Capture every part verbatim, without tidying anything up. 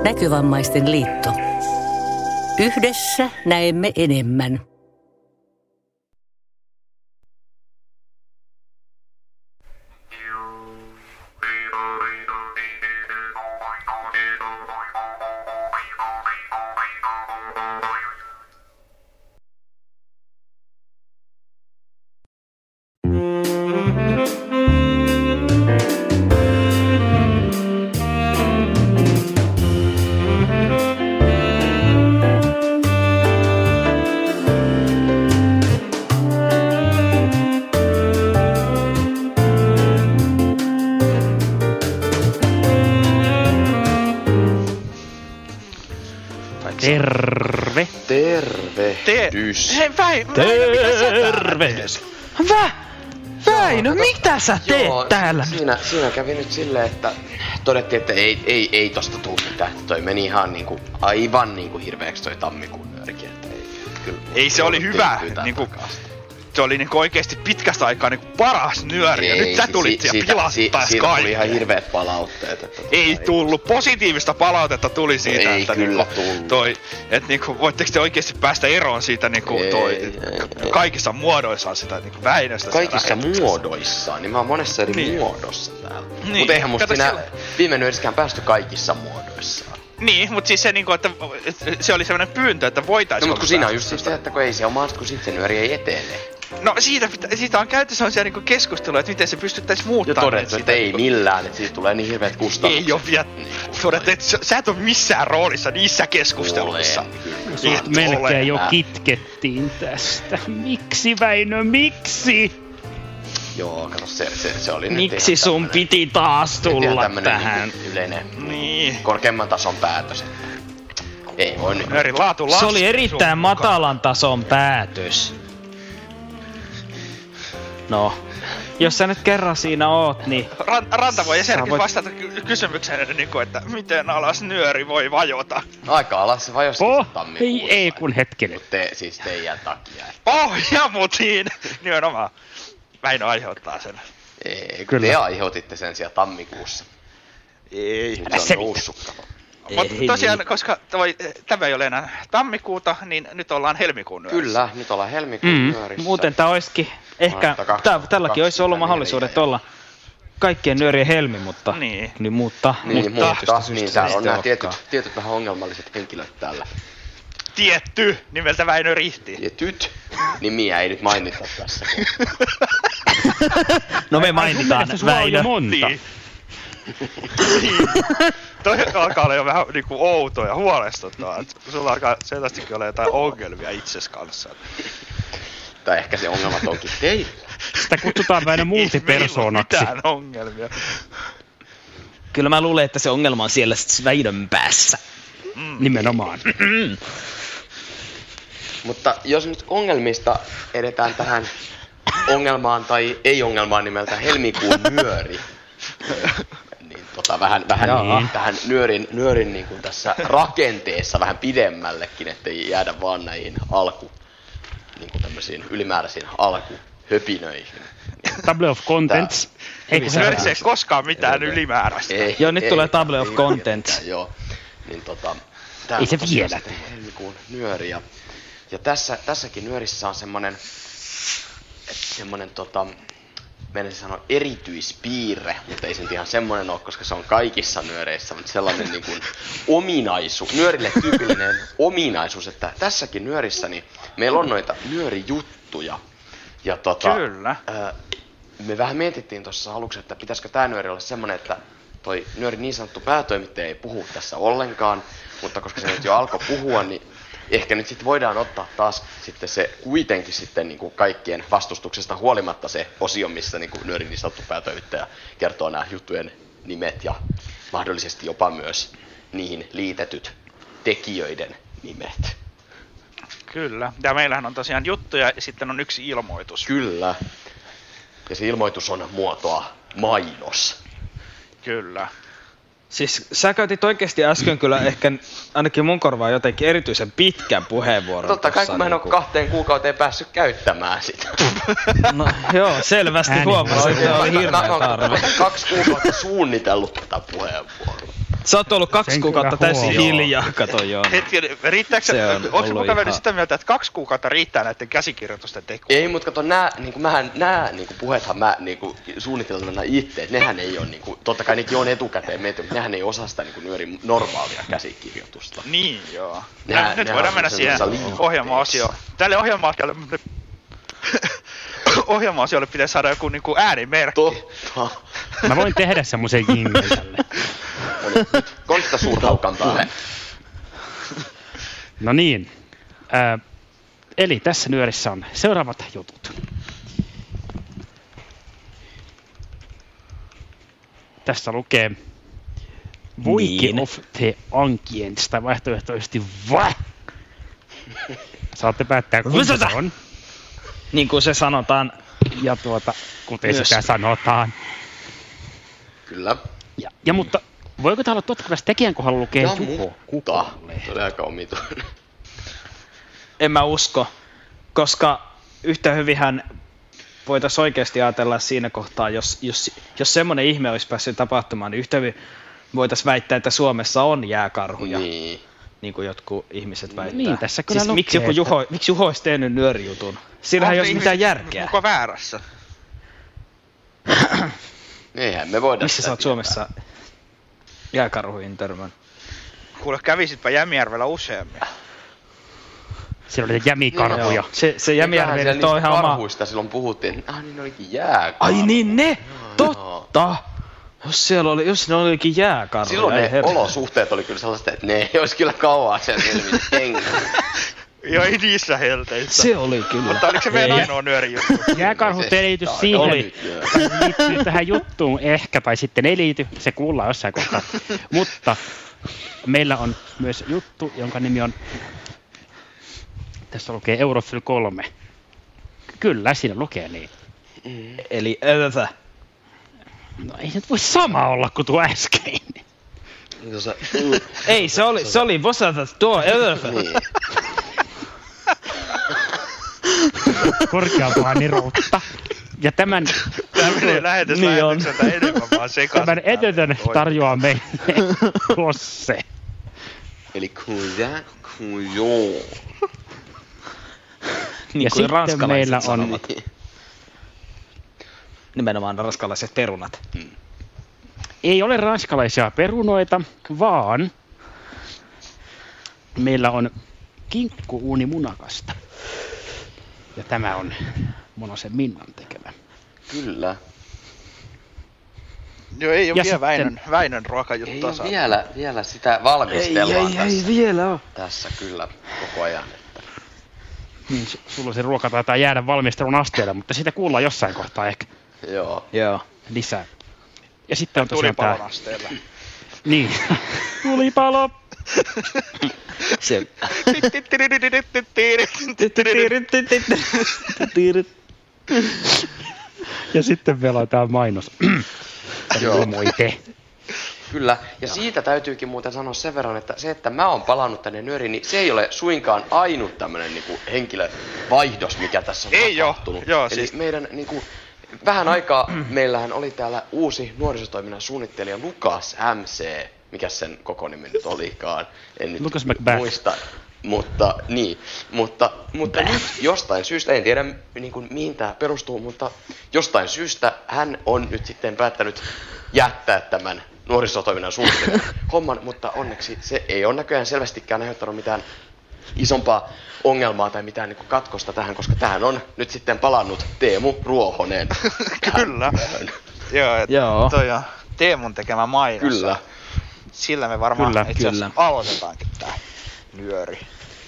Näkövammaisten liitto. Yhdessä näemme enemmän. Terve. Terve. Te- Dys. Hei Väinö, Väinö, mitä sä täällä teet? Vä? Väinö, mitä sä teet Joo, täällä? Siinä, siinä kävi nyt silleen, että todettiin, että ei, ei, ei tosta tuu mitään. Toi meni ihan niinku, aivan niinku hirveeksi toi tammikuun nyörikin, että ei. Kyllä, Ei se oli hyvä, niinku, se oli niinku oikeesti pitkästä aikaa niinku paras nyöri, ja nyt sä tulit si- ja siitä, pilattais si- siitä kaiken. tuli ihan hirveet palautteet. Että Ei tullut, positiivista palautetta tuli siitä, Ei että kyllä niinku, tullut. toi, et niinku, voitteko te oikeesti päästä eroon siitä niinku Ei, toi, ei, ei. kaikissa muodoissaan sitä niinku Väinöstä. Kaikissa siellä lähetyksessä. muodoissaan, niin mä oon monessa eri Niin. muodossa täällä. Niin. Mut eihän musta Kato siinä siellä- viime nyörissäkään päästy kaikissa muodoissaan. Niin, mut siis se niinku, että et se oli sellainen pyyntö, että voitais No mut olla kun siinä on päästä just se, että kun ei se ole mahdollista, kun sit se nyöri ei etene. No siitä, pitä, siitä on käyty sellaisia niinku keskustelua, että miten se pystyttäis Ja muuttamaan. todettu, että ei millään, että siitä tulee niin hirveet kustannukset. Ei oo vielä. Todettu, että sä, sä et oo missään roolissa niissä keskusteluissa. Olen, kyllä. Sut Et melkein ole. jo kitkettiin tästä. Miksi Väinö, miksi? Joo, kato se, se, se oli nyt Miksi ihan sun tämmönen- piti taas nyt ihan tulla tämmönen tähän? niinku yleinen Niin. korkeamman tason päätös. että Ei voi nyt. Eri laatu Se oli laski erittäin sun mukaan. matalan tason päätös. No, jos sä nyt kerran siinä oot, niin Ran, Ranta voi esimerkiksi voit- vastata ky- kysymykseen, niin kuin, että miten alas nyöri voi vajota. Aika alas se vajosi oh, tammikuussa. ei, ei kun hetkinen. Te, siis teidän takia. Pohjamutiin! Nimenomaan. Väinö aiheuttaa sen. Ei, kun Kyllä. te aiheutitte sen siellä tammikuussa. Ei. Nyt Älä se on selitä. noussut, kato. Mutta Ei tosiaan, niin. koska toi, tämä ei ole enää tammikuuta, niin nyt ollaan helmikuun nyörissä. Kyllä, nyt ollaan helmikuun Mm, nyörissä. muuten tää oiskin, ehkä, Mutta tää, tälläkin olisi ollut mahdollisuudet kaksikymmentäneljä. olla kaikkien nyörien helmi, mutta Niin. niin mutta, Niin, mutta, mutta, niin täällä on nämä ei tietyt, olekaan. tietyt vähän ongelmalliset henkilöt täällä. Tietty, nimeltä Väinö Rihti. Tietyt nimiä ei nyt mainita tässä. No me mainitaan Väinö. Monta. Niin. niin. Toi alkaa olla jo vähän niinku outoa ja huolestuttaa. Et sulla alkaa selvästikin olla jotain ongelmia itses kanssa. Tai ehkä se ongelmat onkin teillä. Sitä kutsutaan Väinö multipersoonaksi. Ei meillä ole mitään ongelmia. Kyllä mä luulen, että se ongelma on siellä Väinön päässä. Mm. Nimenomaan. Mutta jos nyt ongelmista edetään tähän ongelmaan tai ei-ongelmaan nimeltä helmikuun nyöri, niin tota vähän, vähän Jaa. niin, tähän nyörin, nyörin niin kuin tässä rakenteessa vähän pidemmällekin, ettei jäädä vaan näihin alku, niin kuin tämmöisiin ylimääräisiin alkuhöpinöihin. Table of Contents. Ei kun se Nyörissä ei koskaan mitään Ei, ylimääräistä. Ei, Joo, nyt ei, tulee Table of ei Contents. mitään, Joo, niin tota, tää Ei se on tosiaan vielä. sitten helmikuun nyöri ja, ja tässä, tässäkin nyörissä on semmonen, semmonen tota, meinasin sanoa erityispiirre, mutta ei se nyt ihan semmonen ole, koska se on kaikissa nyöreissä, mutta sellainen niin kuin ominaisuus, nyörille tyypillinen ominaisuus, että tässäkin nyörissä niin meillä on noita nyörijuttuja. Ja tota, Kyllä. Ää, me vähän mietittiin tuossa aluksi, että pitäisikö tää nyöri olla semmonen, että toi nyöri niin sanottu päätoimittaja ei puhu tässä ollenkaan, mutta koska se nyt jo alkoi puhua, niin ehkä nyt sitten voidaan ottaa taas sitten se kuitenkin sitten niin kuin kaikkien vastustuksesta huolimatta se osio, missä niin kuin nyöri niin sanottu päätoimittaja kertoo nämä juttujen nimet ja mahdollisesti jopa myös niihin liitetyt tekijöiden nimet. Kyllä. Ja meillähän on tosiaan juttuja ja sitten on yksi ilmoitus. Kyllä. Ja se ilmoitus on muotoa mainos. Kyllä. Siis sä käytit oikeesti äsken kyllä ehkä ainakin mun korvaan jotenkin erityisen pitkän puheenvuoron. Totta kai, tossa kun mä en oo niinku. kahteen kuukauteen päässyt käyttämään sitä. No joo, selvästi Ääni. huomasin, että Mä- oli mä- hirveä mä- mä- tarve. mä- Kaksi kuukautta suunnitellut tätä puheenvuoroa. Sä oot ollut kaksi Sen kuukautta kyllä täysin huomaa. hiljaa, kato joo. Hetken, riittääkö Se on se, onko ollut muka mennyt ihan- sitä mieltä, että kaksi kuukautta riittää näiden käsikirjoitusten tekoon? Ei, mutta kato, nää, niinku, mähän, nää niinku, puheethan mä niinku, suunnitelmana itse, että nehän ei ole, niinku, totta kai nekin on etukäteen menty, mutta nehän ei osaa sitä niinku, nyörin normaalia käsikirjoitusta. Niin, joo. Nää- Nää, nyt nää voidaan on mennä siihen sellaisessa liitteessä. ohjelma-asioon. Tälle ohjelma-asiolle... ohjelma-asioille pitäisi saada joku niinku äänimerkki. Totta. Mä voin tehdä semmosen jinglen tälle. No niin, nyt Konsta Suurhaukan päälle. No niin. Ää, eli tässä nyörissä on seuraavat jutut. Tässä lukee Voike Niin. of the Ancients, tai vaihtoehtoisesti VA. Saatte päättää, kuinka se Vysata! on. Niin kuin se sanotaan. Ja tuota, kuten Myös. sitä sanotaan. Kyllä. Ja, ja mutta, voiko täällä olla totta, tekijän kohdalla lukee Ja Juho mutta. Kukolle? Se oli aika omituinen. En mä usko, koska yhtä hyvinhän voitaisiin oikeasti ajatella siinä kohtaa, jos, jos, jos semmoinen ihme olisi päässyt tapahtumaan, niin yhtä hyvin voitaisiin väittää, että Suomessa on jääkarhuja, niin, Niin. kuin jotkut ihmiset väittää. Niin, tässä kyllä siis lukee, miksi, joku että- Juho, miksi Juho olisi tehnyt nyörijutun? Siinähän ei On olisi ihmiset mitään järkeä. Muka väärässä. Eihän me voida Missä sitä sä oot tietää. Suomessa jääkarhuihin törmän? Kuule, kävisitpä Jämijärvellä useammin. Siellä oli jämikarhuja. Joo. Se, se Eiköhän Jämijärvi siellä nyt on niistä ihan oma... karhuista silloin puhuttiin, että ah niin ne olikin jääkarhuja. Ai niin ne! Totta! Jos siellä oli, jos ne olikin jääkarhuja. Silloin ei ne herra. olosuhteet oli kyllä sellaiset, että ne ei olisi kyllä kauan siellä selvinnyt hengissä. Joo, ei niissä helteissä. Se oli kyllä. Mutta oliko se meidän Ei. ainoa nyörijuttu? Jääkarhut ei liity Tai siihen, oli. liittyy tähän juttuun ehkä, tai sitten ei liity, se kuullaan jossain kohtaa. Mutta meillä on myös juttu, jonka nimi on, tässä lukee Eurofil kolme. Kyllä, siinä lukee niin. Eli öötä. No ei se nyt voi sama olla kuin tuo äskeinen. Tuossa, Ei, se oli, se oli vosata tuo öötä. niin. Korkeampaa niroutta. Ja tämän, Tää menee lähetyslähetykseltä enemmän vaan sekaisin. tämän etetön tarjoaa meille Kosse. Eli kuja, kujo. Niin Ja kuin sitten ranskalaiset meillä on- sanovat. Nimenomaan ranskalaiset perunat. Ei ole ranskalaisia perunoita, vaan meillä on kinkku-uuni munakasta. Ja tämä on Monosen Minnan tekemä. Kyllä. Joo, ei oo Ja vielä sitten- Väinön, Väinön Ei ruokajuttua ole saatu. vielä, vielä sitä valmistellaan tässä, vielä ole. tässä kyllä koko ajan. Että. Niin, su- sulla se ruoka taitaa jäädä valmistelun asteelle, mutta sitä kuullaan jossain kohtaa ehkä Joo. Joo. lisää. Ja sitten on tosiaan Tulipalon tää... asteella. Niin. Tulipalo! Se... Ja sitten vielä on tää mainos. Joo. Ilmoite. Kyllä, ja siitä täytyykin muuten sanoa sen verran, että se, että mä oon palannut tänne nyöriin, niin se ei ole suinkaan ainut tämmönen niinku henkilövaihdos, mikä tässä on Ei oo, tapahtunut. joo, Eli siis- meidän niinku, vähän aikaa meillähän oli täällä uusi nuorisotoiminnan suunnittelija Lukas M C, mikä sen koko nimi nyt olikaan, en nyt Lucas Macbeth. muista. Mutta niin, mutta, mutta nyt jostain syystä, en tiedä niin kuin, mihin tämä perustuu, mutta jostain syystä hän on nyt sitten päättänyt jättää tämän nuorisotoiminnan suunnittelijan homman, mutta onneksi se ei ole näköjään selvästikään aiheuttanut mitään isompaa ongelmaa tai mitään niin kuin katkosta tähän, koska tähän on nyt sitten palannut Teemu Ruohonen. Kyllä. Joo, et Joo. toi on Teemun tekemä mainos. Kyllä. Sillä me varmaan Kyllä, itse asiassa kyllä. aloitetaankin tää nyöri.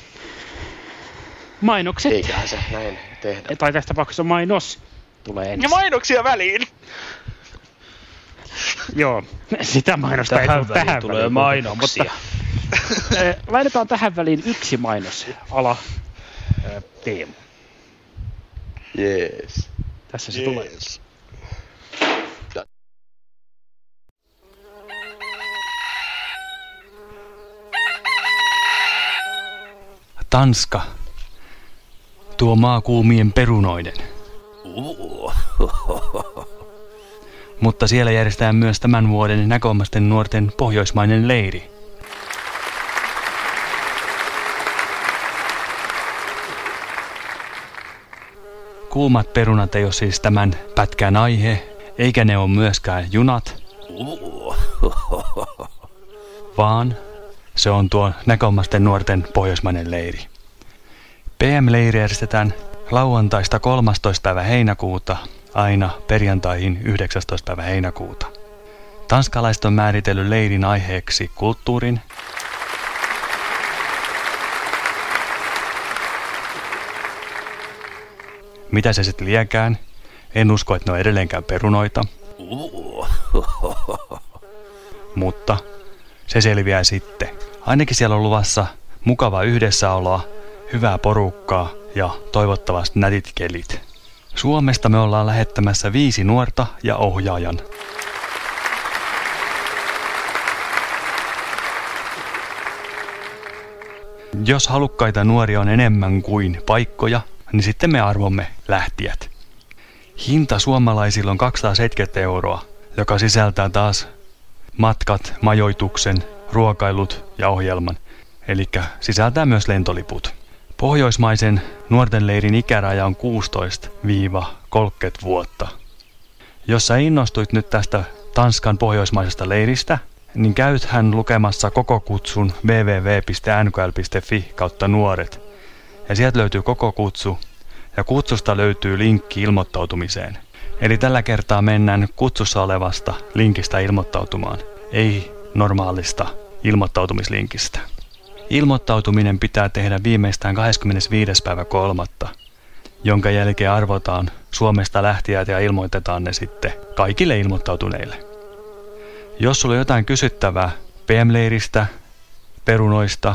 Mainokset. Eiköhän se näin tehdä. Tai tässä tapauksessa mainos tulee Ja ensin. mainoksia väliin! Joo, sitä mainosta ei Tähän tule väliin tähän tulee väliin, mainoksia. Mutta, eh, laitetaan tähän väliin yksi mainos. Ala eh, Teemu. Jees. Tässä se tulee. Jees. Tanska. Tuo maakuumien perunoiden. Mutta siellä järjestetään myös tämän vuoden näköomaisten nuorten pohjoismainen leiri. Kuumat perunat ei ole siis tämän pätkän aihe, eikä ne ole myöskään junat, vaan se on tuo näköomaisten nuorten pohjoismainen leiri. P M-leiri järjestetään lauantaista kolmastoista päivä heinäkuuta aina perjantaihin yhdeksästoista päivä heinäkuuta. Tanskalaiset on määritellyt leirin aiheeksi kulttuurin, mitä se sitten liekään. En usko, että ne on edelleenkään perunoita. Mutta se selviää sitten. Ainakin siellä on luvassa mukava yhdessäoloa, hyvää porukkaa ja toivottavasti nätit kelit. Suomesta me ollaan lähettämässä viisi nuorta ja ohjaajan. Jos halukkaita nuoria on enemmän kuin paikkoja, niin sitten me arvomme lähtijät. Hinta suomalaisilla on kaksisataaseitsemänkymmentä euroa, joka sisältää taas matkat, majoituksen, ruokailut ja ohjelman. Eli sisältää myös lentoliput. Pohjoismaisen nuorten leirin ikäraja on kuusitoista kolmekymmentä vuotta. Jos sä innostuit nyt tästä Tanskan pohjoismaisesta leiristä, niin käythän lukemassa koko kutsun double-u double-u double-u piste n k l piste f i kautta nuoret. Ja sieltä löytyy koko kutsu. Ja kutsusta löytyy linkki ilmoittautumiseen. Eli tällä kertaa mennään kutsussa olevasta linkistä ilmoittautumaan, ei normaalista ilmoittautumislinkistä. Ilmoittautuminen pitää tehdä viimeistään kahdeskymmenesviides päivä kolmatta, jonka jälkeen arvotaan Suomesta lähtijät ja ilmoitetaan ne sitten kaikille ilmoittautuneille. Jos sulla on jotain kysyttävää P M-leiristä, perunoista,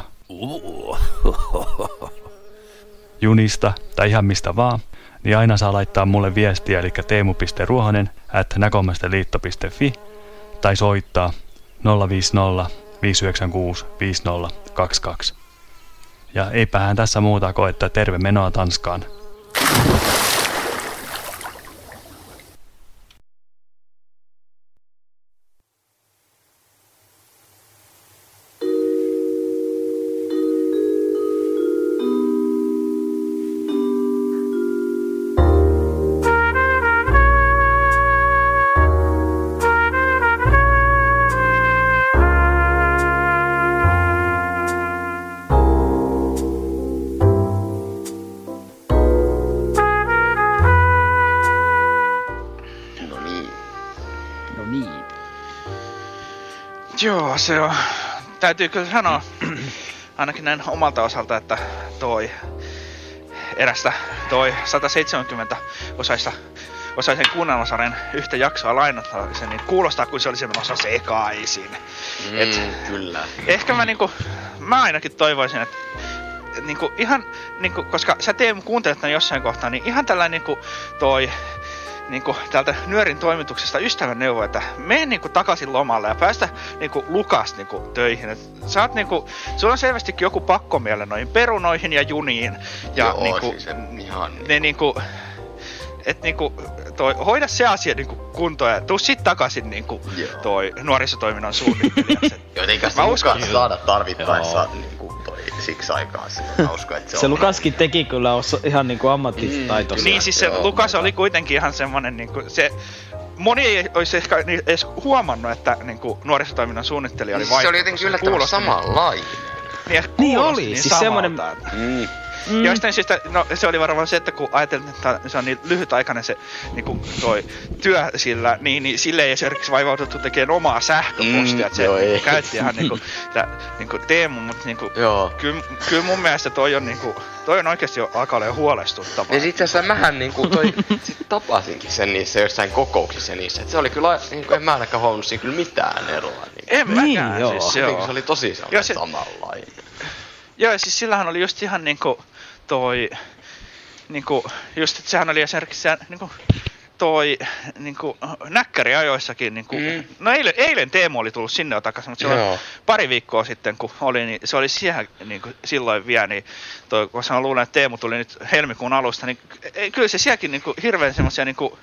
junista tai ihan mistä vaan, niin aina saa laittaa mulle viestiä, eli teemu piste ruohonen ät näköomastenliitto piste f i tai soittaa nolla viisi nolla viisi yhdeksän kuusi viisi nolla kaksi kaksi. Ja eipähän tässä muuta kuin, että terve menoa Tanskaan. Joo, se on. Täytyy kyllä sanoa, ainakin näin omalta osalta, että toi erästä toi sata seitsemänkymmentä osaista osaisen kuunnelmasarjan yhtä jaksoa lainata, niin kuulostaa kuin se olisi menossa sekaisin. Mm, Et kyllä. Ehkä mä niinku, mä ainakin toivoisin, että niinku ihan niinku, koska sä Teemu kuuntelet tän jossain kohtaa, niin ihan tällainen niinku toi niinku täältä Nyörin toimituksesta ystävän neuvo, että mene niinku takaisin lomalle ja päästä niinku Lukas niinku töihin. Et sä oot niinku, sulla on selvästikin joku pakkomielle noihin perunoihin ja juniin. Ja Joo, niinku, siis ihan ne niinku, et niinku, toi, hoida se asia niinku kuntoon ja tuu sit takaisin niinku toi nuorisotoiminnan suunnittelijaksi. Jotenkin sitä Lukas saada tarvittaessa niinku toi siksi aikaa sinne. Mä uskon, että se, se on Lukaskin teki kyllä osa, ihan niinku ammattitaitoisia. Niin siis se Joo, Lukas mutta oli kuitenkin ihan semmonen niinku se moni ei olisi ehkä edes huomannut, että niinku nuorisotoiminnan suunnittelija oli niin, vaihtunut. se oli jotenkin yllättävän samanlainen. Niin, niin oli, siis semmonen Mm. Mm. Jostain syystä, no se oli varmaan se, että kun ajattelin, että se on niin lyhytaikainen se niinku toi työ sillä, niin, niin sille ei esimerkiksi vaivauduttu tekemään omaa sähköpostia, Mm, että se joo, ei. käytti ihan niinku, tää, niinku Teemu, mutta niinku, Joo. kyllä, kyllä mun mielestä toi on niinku, toi on oikeesti jo alkaa olla jo huolestuttavaa. Ja itse asiassa mähän niinku toi, sit tapasinkin sen niissä jossain kokouksissa niissä, et se oli kyllä, niinku en mä ainakaan huomannut siinä kyllä mitään eroa. Niin. En Niin, mäkään, joo. siis Jotenkin joo. se oli tosi Joo, sellainen se- samanlainen. Joo, ja siis sillähän oli just ihan niinku toi, niinku, just että sehän oli esimerkiksi se, niinku, toi, niinku, näkkäriajoissakin, niinku, Mm. no eilen, eilen Teemu oli tullut sinne jo takaisin, mutta silloin Joo. pari viikkoa sitten, kun oli, niin se oli siellä niinku, silloin vielä, niin toi, koska mä luulen, että Teemu tuli nyt helmikuun alusta, niin ei, kyllä se sielläkin niinku, hirveän semmosia niinku,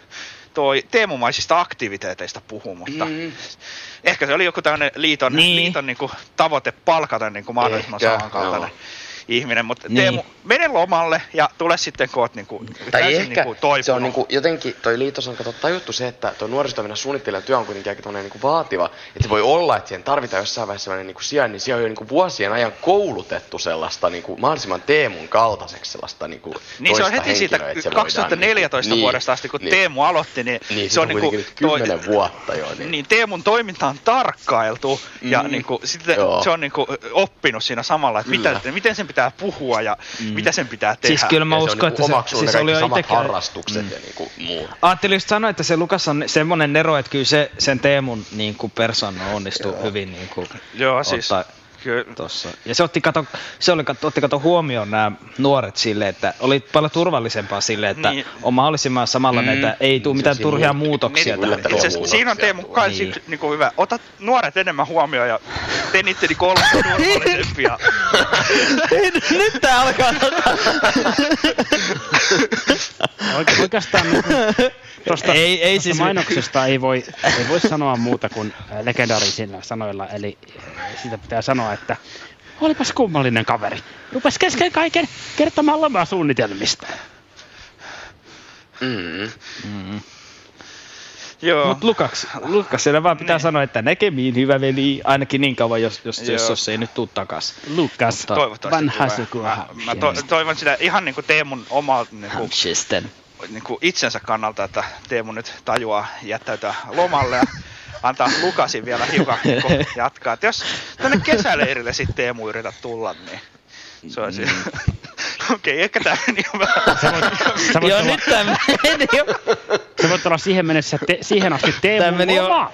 toi teemumaisista aktiviteeteista puhuu, mutta mm. ehkä se oli joku tämmöinen liiton, niin. liiton niinku tavoite palkata niinku mahdollisimman samankaltainen no. ihminen, mutta niin. Teemu, mene lomalle ja tule sitten koot niinku tai ehkä niinku toipunut. Se on niinku jotenkin, toi liitos on kato tajuttu se, että toi nuorisotoiminnan suunnittelijan työ on kuitenkin aika niinku vaativa, että se voi olla, että siihen tarvitaan jossain vaiheessa sellainen niinku sijain, niin siellä on jo niinku vuosien ajan koulutettu sellaista niinku mahdollisimman Teemun kaltaiseksi sellaista niinku niin se on heti siitä kaksituhattaneljätoista niinku, vuodesta asti, kun niin, Teemu aloitti, niin, niin se on niinku kymmenen vuotta jo. Niin. niin Teemun toiminta on tarkkailtu mm. ja niinku, sitten Joo. se on niinku oppinut siinä samalla, että mitä, miten sen pitää puhua ja mm. mitä sen pitää tehdä. Siis kyllä mä ja uskon, se että se, siis oli jo samat itekin harrastukset mm. ja niinku muu. Ajattelin just sanoa, että se Lukas on semmoinen nero, että kyllä se sen Teemun niinku persona onnistuu Joo. hyvin niinku Joo, siis tossa. Ja se otti kato, se oli kato, otti kato huomioon nämä nuoret sille, että oli paljon turvallisempaa sille, että niin. on mahdollisimman samalla mm. näitä, ei tule mitään turhia mu- muutoksia. Niin, itse muutoksia siinä on Teemu kai niin. niinku hyvä. Ota nuoret enemmän huomioon ja tee niitteni kolme turvallisempia. Nyt tää alkaa. Oikeastaan niinku Tuosta, ei, ei siis mainoksesta ei voi, ei voi sanoa muuta kuin legendaarisilla sanoilla, eli siitä pitää sanoa, että olipas kummallinen kaveri. Rupes kesken kaiken kertomaan lomasuunnitelmista. Mm. Mm. Joo. Mut Lukas, Lukas siellä vaan pitää niin. sanoa, että näkemiin hyvä veli, ainakin niin kauan, jos, jos, jos, jos ei nyt tuu takas. Lukas, vanha sukua. Mä to, toivon sitä ihan niinku Teemun omalta niinku, niinku itsensä kannalta, että Teemu nyt tajuaa jättäytyä lomalle ja antaa Lukasin vielä hiukan niinku jatkaa. Et jos tänne kesäleirille sitten Teemu yritä tulla, niin se olisi... Mm. Okei, okay, ehkä tää meni jo vähän. Joo, nyt tää meni jo. Sä voit olla siihen mennessä, te, siihen asti Teemun loma.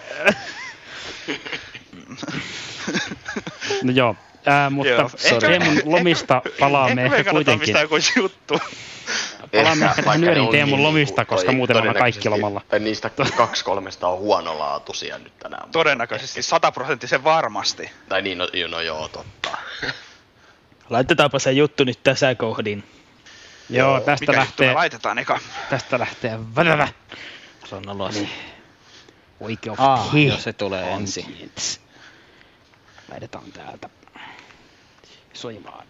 No joo, ää, mutta joo. Teemun lomista palaamme ehkä, ehkä kuitenkin. Ehkä me ei kannata juttu. Palaamme ehkä tähän Nyörin Teemun lomista, koska muuten ollaan kaikki lomalla. Niistä kaksi kolmesta on huonolaatuisia nyt tänään. Todennäköisesti sataprosenttisen varmasti. Tai niin, no, no joo, totta. Laitetaanpa se juttu nyt tässä kohdin. Joo, tästä mikä lähtee... laitetaan eka? Tästä lähtee... Välävä. Sonnolosi. Oikein ah, joo, se tulee ensin. Laitetaan täältä soimaan.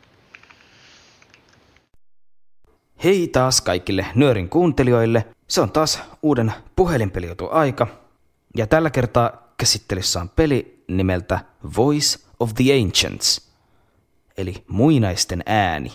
Hei taas kaikille Nyörin kuuntelijoille. Se on taas uuden puhelinpelijutun aika. Ja tällä kertaa käsittelyssä on peli nimeltä Voice of the Ancients. Eli muinaisten ääni.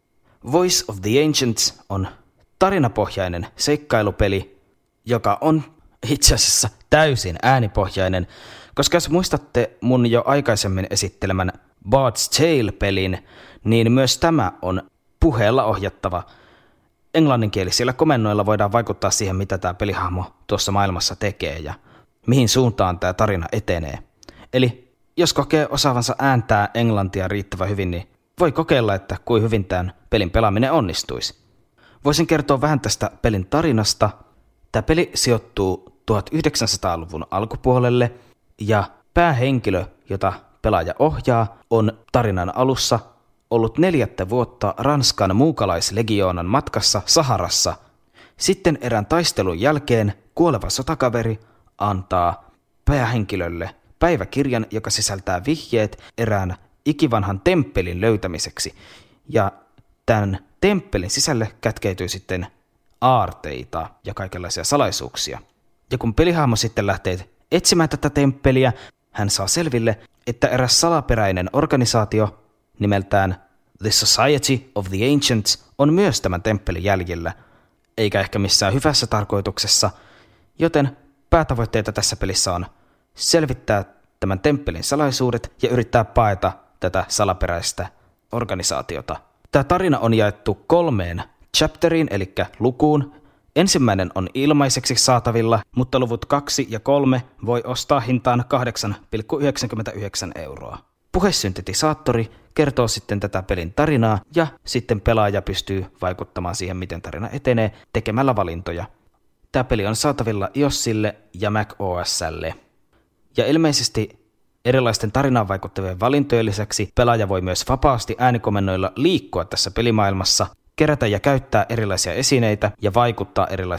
Voice of the Ancients on tarinapohjainen seikkailupeli, joka on itse asiassa täysin äänipohjainen, koska jos muistatte mun jo aikaisemmin esittelemän Bard's Tale-pelin, niin myös tämä on puheella ohjattava. Englanninkielisillä komennoilla voidaan vaikuttaa siihen, mitä tämä pelihahmo tuossa maailmassa tekee ja mihin suuntaan tämä tarina etenee. Eli jos kokee osaavansa ääntää englantia riittävän hyvin, niin voi kokeilla, että kuin hyvin tämän pelin pelaaminen onnistuisi. Voisin kertoa vähän tästä pelin tarinasta. Tämä peli sijoittuu tuhatyhdeksänsataaluvun alkupuolelle ja päähenkilö, jota pelaaja ohjaa, on tarinan alussa ollut neljättä vuotta Ranskan muukalaislegioonan matkassa Saharassa. Sitten erään taistelun jälkeen kuoleva sotakaveri antaa päähenkilölle päiväkirjan, joka sisältää vihjeet erään ikivanhan temppelin löytämiseksi. Ja tämän temppelin sisälle kätkeytyy sitten aarteita ja kaikenlaisia salaisuuksia. Ja kun pelihahmo sitten lähtee etsimään tätä temppeliä, hän saa selville, että eräs salaperäinen organisaatio nimeltään The Society of the Ancients on myös tämän temppelin jäljellä, eikä ehkä missään hyvässä tarkoituksessa, joten päätavoitteita tässä pelissä on selvittää tämän temppelin salaisuudet ja yrittää paeta tätä salaperäistä organisaatiota. Tämä tarina on jaettu kolmeen chapteriin, eli lukuun. Ensimmäinen on ilmaiseksi saatavilla, mutta luvut kaksi ja kolme voi ostaa hintaan kahdeksan pilkku yhdeksänkymmentäyhdeksän euroa. Puhesyntetisaattori kertoo sitten tätä pelin tarinaa ja sitten pelaaja pystyy vaikuttamaan siihen, miten tarina etenee tekemällä valintoja. Tämä peli on saatavilla iOSille ja macOSlle. Ja ilmeisesti erilaisten tarinaan vaikuttavien valintojen lisäksi pelaaja voi myös vapaasti äänikomennoilla liikkua tässä pelimaailmassa, kerätä ja käyttää erilaisia esineitä ja vaikuttaa erilaisilla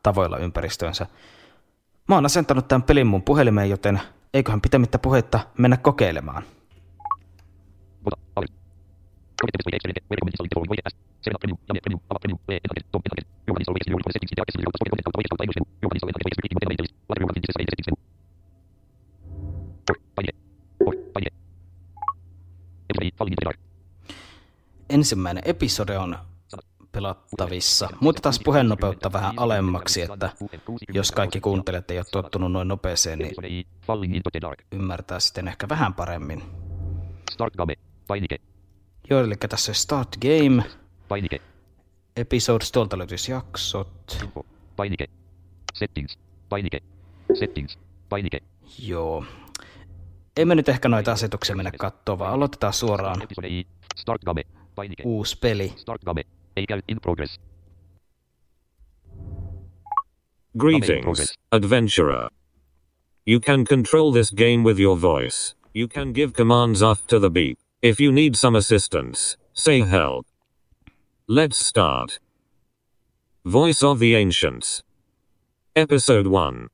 tavoilla ympäristöönsä. Mä oon asentanut tämän pelin mun puhelimeen, joten eiköhän pitämättä puhetta mennä kokeilemaan. Ensimmäinen episode on pelattavissa. Muutetaan puheennopeutta vähän alemmaksi, että jos kaikki kuuntelijat ei ole tottunut noin nopeeseen, niin ymmärtää sitten ehkä vähän paremmin. Joo, eli tässä on Start Game. Episodes, tuolta löytyisi jaksot. Joo. Emme nyt ehkä noita asetuksia mennä katsoa, vaan aloitetaan suoraan. Uusi peli. Greetings, adventurer. You can control this game with your voice. You can give commands after the beep. If you need some assistance, say help. Let's start. Voice of the Ancients. Episode one.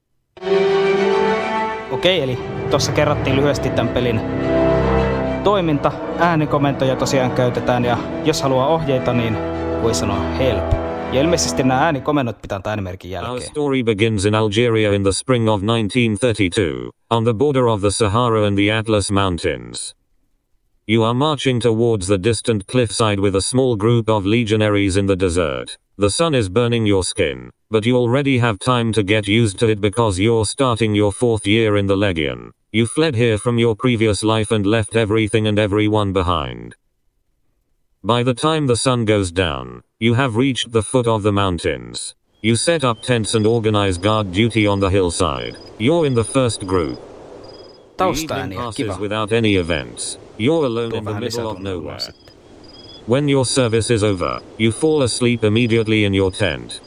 Okei, eli tuossa kerrattiin lyhyesti tämän pelin toiminta. Äänikomentoja tosiaan käytetään, ja jos haluaa ohjeita, niin voi sanoa help. Ja ilmeisesti nämä äänikomennot pitää antaa äänimerkin jälkeen. Our story begins in Algeria in the spring of nineteen thirty-two, on the border of the Sahara and the Atlas Mountains. You are marching towards the distant cliffside with a small group of legionaries in the desert. The sun is burning your skin, but you already have time to get used to it because you're starting your fourth year in the Legion. You fled here from your previous life and left everything and everyone behind. By the time the sun goes down, you have reached the foot of the mountains. You set up tents and organize guard duty on the hillside. You're in the first group. The evening passes without any events. You're alone in the middle of nowhere. When your service is over, you fall asleep immediately in your tent.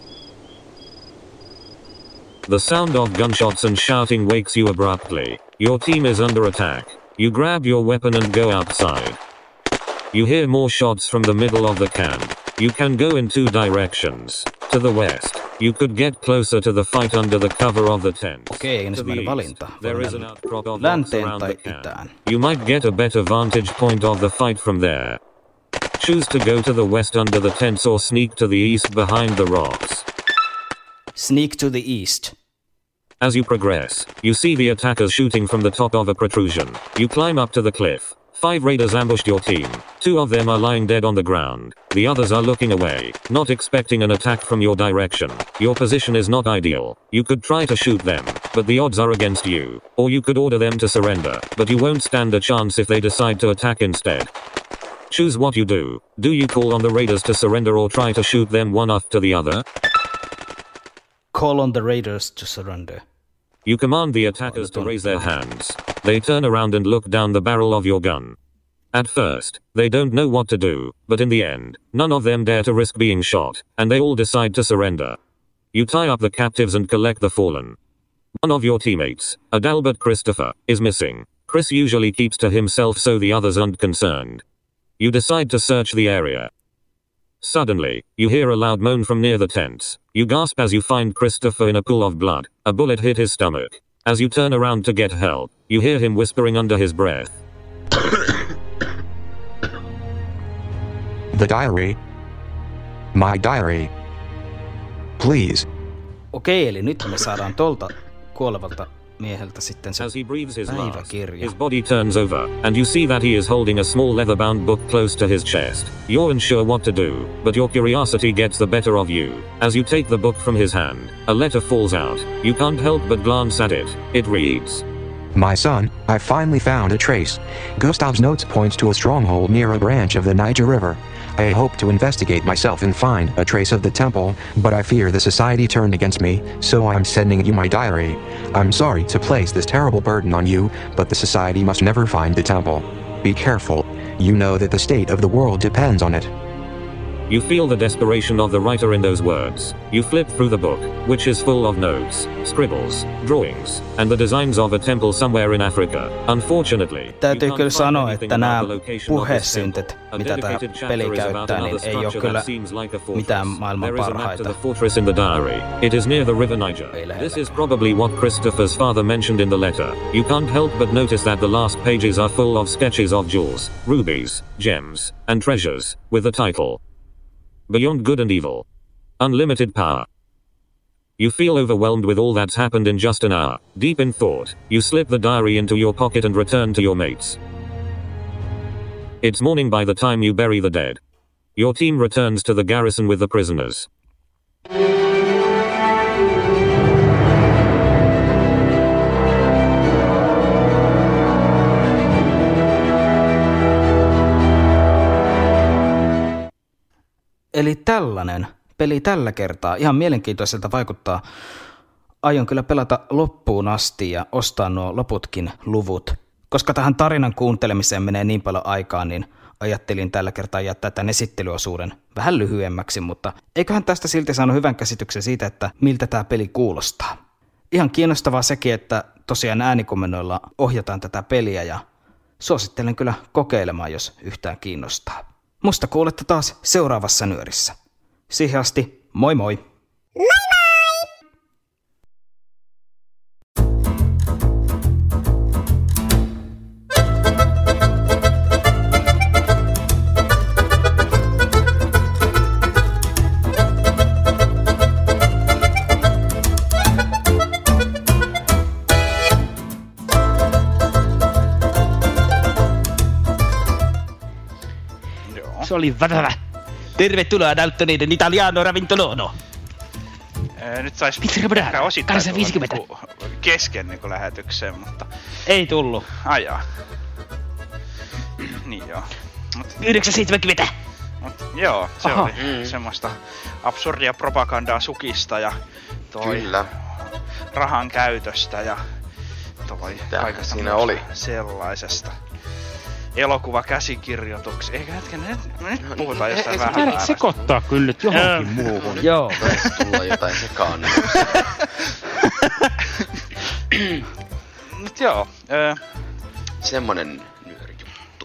The sound of gunshots and shouting wakes you abruptly. Your team is under attack. You grab your weapon and go outside. You hear more shots from the middle of the camp. You can go in two directions. To the west, you could get closer to the fight under the cover of the tent. Okei, ensimmäinen valinta. There is an outcrop of länteen tai itään. You might get a better vantage point of the fight from there. Choose to go to the west under the tents or sneak to the east behind the rocks. Sneak to the east. As you progress, you see the attackers shooting from the top of a protrusion. You climb up to the cliff. Five raiders ambushed your team. Two of them are lying dead on the ground. The others are looking away, not expecting an attack from your direction. Your position is not ideal. You could try to shoot them, but the odds are against you. Or you could order them to surrender, but you won't stand a chance if they decide to attack instead. Choose what you do. Do you call on the raiders to surrender or try to shoot them one after the other? Call on the raiders to surrender. You command the attackers to raise their hands. They turn around and look down the barrel of your gun. At first, they don't know what to do, but in the end, none of them dare to risk being shot, and they all decide to surrender. You tie up the captives and collect the fallen. One of your teammates, Adalbert Christopher, is missing. Chris usually keeps to himself so the others aren't concerned. You decide to search the area. Suddenly, you hear a loud moan from near the tents. You gasp as you find Christopher in a pool of blood. A bullet hit his stomach. As you turn around to get help, you hear him whispering under his breath. The diary. My diary. Please. Okei, eli nyt me saadaan tolta kuolevalta mieheltä sitten se As he breathes his last, päiväkirja. his body turns over, and you see that he is holding a small leather-bound book close to his chest. You're unsure what to do, but your curiosity gets the better of you. As you take the book from his hand, a letter falls out. You can't help but glance at it. It reads, My son, I finally found a trace. Gustav's notes point to a stronghold near a branch of the Niger River. I hope to investigate myself and find a trace of the temple, but I fear the society turned against me, so I'm sending you my diary. I'm sorry to place this terrible burden on you, but the society must never find the temple. Be careful. You know that the state of the world depends on it. You feel the desperation of the writer in those words. You flip through the book, which is full of notes, scribbles, drawings, and the designs of a temple somewhere in Africa. Unfortunately, täytyy kyllä sanoa, että nämä puhesyntet, mitä tämä peli käyttää, niin ei ole kyllä mitään maailman parhaita. The fortress in the diary. It is near the river Niger. This is probably what Christopher's father mentioned in the letter. You can't help but notice that the last pages are full of sketches of jewels, rubies, gems, and treasures, with the title Beyond Good and Evil. Unlimited Power. You feel overwhelmed with all that's happened in just an hour. Deep in thought, you slip the diary into your pocket and return to your mates. It's morning by the time you bury the dead. Your team returns to the garrison with the prisoners. Eli tällainen peli tällä kertaa. Ihan mielenkiintoiselta vaikuttaa. Aion kyllä pelata loppuun asti ja ostaa nuo loputkin luvut. Koska tähän tarinan kuuntelemiseen menee niin paljon aikaa, niin ajattelin tällä kertaa jättää tämän esittelyosuuden vähän lyhyemmäksi, mutta eiköhän tästä silti saanut hyvän käsityksen siitä, että miltä tämä peli kuulostaa. Ihan kiinnostavaa sekin, että tosiaan äänikomennoilla ohjataan tätä peliä ja suosittelen kyllä kokeilemaan, jos yhtään kiinnostaa. Musta kuulette taas seuraavassa nyörissä. Siihen asti, moi moi! Moi moi! Se oli vätävä. Tervetuloa Daltoneiden Italiano Ravintolono. Ee, nyt sais ehkä osittain tulla niinku kesken niinku lähetykseen, mutta... Ei tullu. Ajaa. Niin joo. Mut... yhdeksän seitsemänkymmentä. Mut joo, se Aha. oli mm. semmoista absurdia propagandaa sukista ja toi... Kyllä. Rahan käytöstä ja toi... Mitä siinä oli? Sellaisesta. Elokuvakäsikirjoituksia. Eikä hetken, nyt, nyt No, puhutaan ei- jostain ei- vähän Tää väärästä. sekoittaa kyllä nyt johonkin muuhun. Joo. Taisi tulla jotain sekaan. Mut joo, öö, Semmonen nyörijuttu.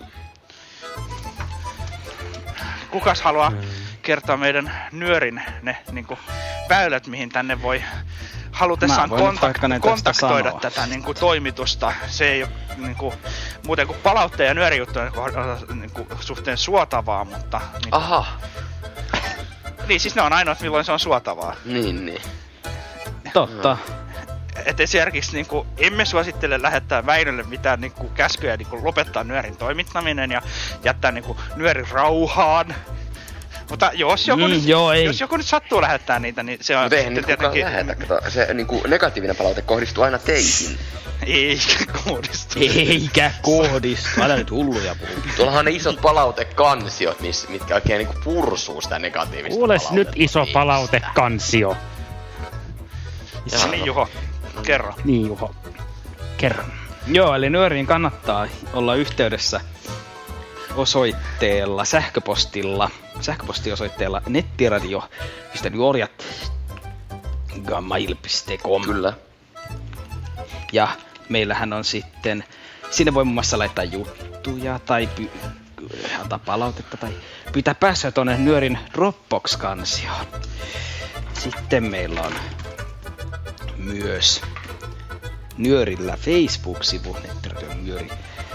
kukas haluaa kertoa meidän nyörin ne niinku väylät, mihin tänne voi halutessaan Mä voin kontak- vaikka ne tästä kontaktoida sanoa. tätä niinku toimitusta. Se ei ole niinku, muuten kuin palautteen ja nyörijuttujen kohdalla niinku suhteen suotavaa, mutta... Niinku, Aha, niin siis ne on ainoat milloin se on suotavaa. niin niin. Totta. Et esimerkiksi niinku, emme suosittele lähettää Väinölle mitään niinku, käskyjä niinku, lopettaa nyörin toimittaminen ja jättää niinku, nyörin rauhaan. Mutta jos joku, Mm, nyt, joo, ei. jos joku nyt sattuu lähettää niitä, niin se on Mutta eihän sitten nyt kukaan lähetä. Kato, se niinku negatiivinen palaute kohdistuu aina teihin. Eikä kohdistu. Eikä kohdistu. Älä nyt hulluja puhu. Tuollahan on ne isot palautekansiot, miss, mitkä oikein niinku pursuu sitä negatiivista Kuules palautetta. nyt iso palautekansio. Jaa, Niin no. Juho, kerro. Niin Juho, kerro. Joo, eli nyöriin kannattaa olla yhteydessä osoitteella, sähköpostilla, sähköpostiosoitteella nettiradio piste nuoriat gmail piste com. Kyllä. Ja meillähän on sitten, sinne voi muun muassa laittaa juttuja tai py, antaa palautetta tai pyytää pääsyä tuonne nyörin Dropbox-kansioon. Sitten meillä on myös nyörillä Facebook-sivu, nettiradio nyöri.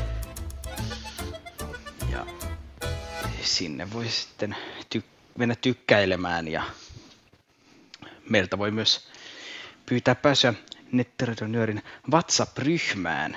Ja sinne voi sitten ty- mennä tykkäilemään ja meiltä voi myös pyytää pääsyä Nettiradion nyörin WhatsApp-ryhmään,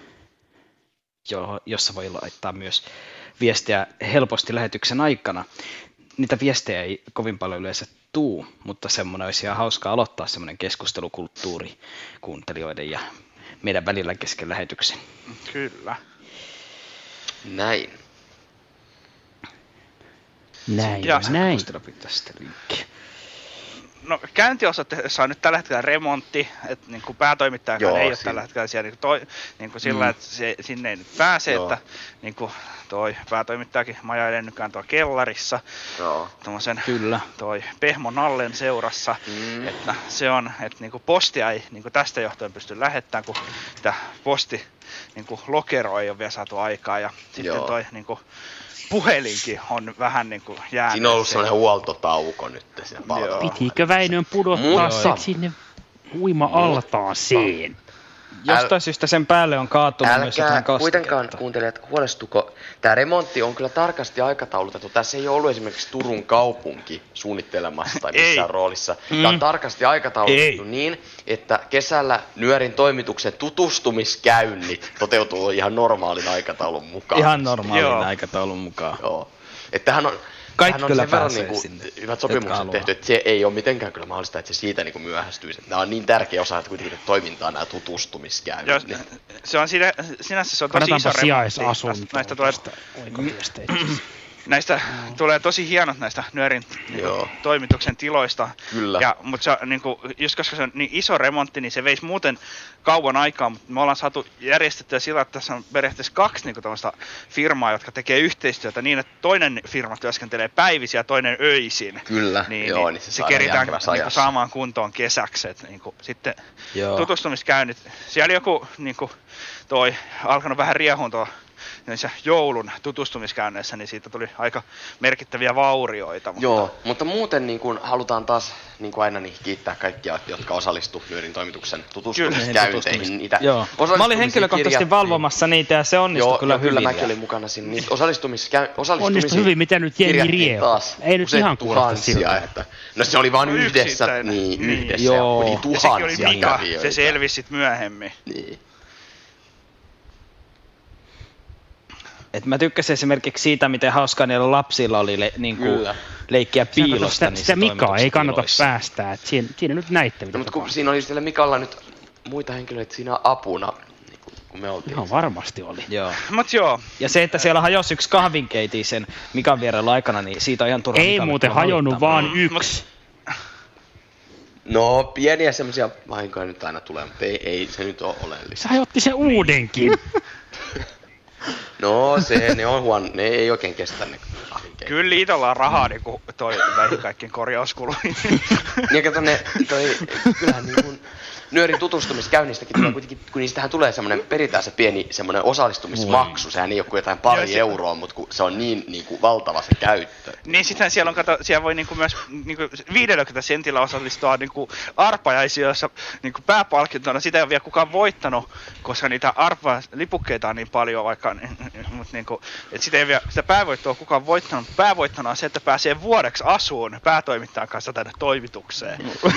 jo- jossa voi laittaa myös viestejä helposti lähetyksen aikana. Niitä viestejä ei kovin paljon yleensä tuu, mutta semmoinen olisi ihan hauska aloittaa semmoinen keskustelukulttuuri kuuntelijoiden ja meidän välillä kesken lähetyksen. Kyllä. Näin. Näin, Ja näin. Sähköpostilla pitää sitten linkkiä. no käyntiosoitteessa on nyt tällä hetkellä remontti, että niinku päätoimittajakaan ei ole siinä tällä hetkellä siellä niinku toi, niinku sillä, mm. että se, sinne ei nyt pääse, Joo. että niinku toi päätoimittajakin majailee nykyään tuolla kellarissa, tommosen Kyllä. toi Pehmo Nallen seurassa, mm. että se on, että niinku postia ei niinku tästä johtuen pysty lähettämään, kun sitä posti niinku lokeroa ei ole vielä saatu aikaa, ja sitten Joo. toi niinku puhelinkin on vähän niinku jäänyt. Siinä on ollut sellainen huoltotauko nyt siellä palvelulla. Pitikö Väinön pudottaa se sinne uima-altaaseen? Jostain syystä sen päälle on kaatunut Älkää myös jotain kuitenkaan kuuntelijat huolestuko. Tämä remontti on kyllä tarkasti aikataulutettu. Tässä ei ole ollut esimerkiksi Turun kaupunki suunnittelemassa tai missään ei. roolissa. Tämä on tarkasti aikataulutettu ei. niin, että kesällä Nyörin toimituksen tutustumiskäynnit toteutuu ihan normaalin aikataulun mukaan. Ihan normaalin Joo. aikataulun mukaan. Joo. Että tämähän on Kaikki kyllä on sen verran niin kuin, hyvät sopimukset tehty, että se ei ole mitenkään kyllä mahdollista, että se siitä niin myöhästyisi. Nämä on niin tärkeä osa, että kuitenkin toimintaa nämä tutustumiskäynnit. Niin. Se on siinä, sinänsä se on tosi iso remontti. Näistä tulee, näistä no. tulee tosi hienot näistä Nyörin niin kuin, toimituksen tiloista. Kyllä. Ja, mutta se, niin kuin, just koska se on niin iso remontti, niin se veisi muuten kauan aikaa, mutta me ollaan saatu järjestettyä sillä, että tässä on periaatteessa kaksi niin kuin, tällaista firmaa, jotka tekee yhteistyötä niin, että toinen firma työskentelee päivisin ja toinen öisin. Kyllä, niin, joo, niin, niin se, se keritään niin kuin, saamaan kuntoon kesäksi. Et, niin kuin, sitten joo. tutustumiskäynnit. Siellä joku niin kuin, toi alkanut vähän riehua tuo näissä joulun tutustumiskäynneissä, niin siitä tuli aika merkittäviä vaurioita. Mutta Joo, mutta muuten niin kuin halutaan taas niin kuin aina niin kiittää kaikkia, jotka osallistu Nyörin toimituksen tutustumiskäynteihin. Niitä Joo. Mä olin henkilökohtaisesti valvomassa niitä ja se onnistui Joo, kyllä hyvin. Kyllä mäkin olin mukana siinä. Niitä osallistumiskäy... Onnistui hyvin, mitä nyt jengi rieo. Ei nyt ihan kuulosta siltä. Että... No se oli vaan yhdessä, niin, niin yhdessä. Joo. Oli tuhansia ja Mika, se selvisi sit myöhemmin. Niin. Et mä tykkäsin esimerkiksi siitä, miten hauskaa niillä lapsilla oli le, niinku leikkiä piilosta. Sitä, sitä Mikaa ei kannata päästää, että siinä, siinä nyt näitte mitä no, mutta kun siinä oli siellä Mikalla nyt muita henkilöitä siinä apuna, niin kun me oltiin. Ihan varmasti oli. Joo. Mut joo. Ja se, että siellä hajosi yksi kahvinkeiti sen Mikan vierellä aikana, niin siitä on ihan turha. Ei muuten hajonnut vaan yksi. No, pieniä semmosia vahinkoja nyt aina tulee, mutta ei, ei se nyt ole oleellista. Se hajotti sen uudenkin. No se, ne on huono, ne ei oikein kestä ne kahvinkeitot. Kyllä Iitolla on rahaa niinku toi näihin kaikkiin korjauskuluihin. Niin kato ne, toi, kyllähän niinku Nyörin tutustumiskäynnistäkin tulee kuitenkin, kun niistähän tulee semmoinen, peritään se pieni semmoinen osallistumismaksu, sehän ei ole kuin jotain pari Joo, euroa, mutta kun se on niin niinku valtava se käyttö. Niin sittenhän siellä on, kato, siellä voi niinku myös niinku viidelläkymmenellä sentillä osallistua niinku arpajaisia, jossa niinku pääpalkintona sitä ei ole vielä kukaan voittanut, koska niitä arpa-lipukkeita on niin paljon vaikka, mutta niinku, että sitä ei vielä, sitä päävoittoa kukaan voittanut, päävoittona on se, että pääsee vuodeksi asuun päätoimittajan kanssa tänne toimitukseen.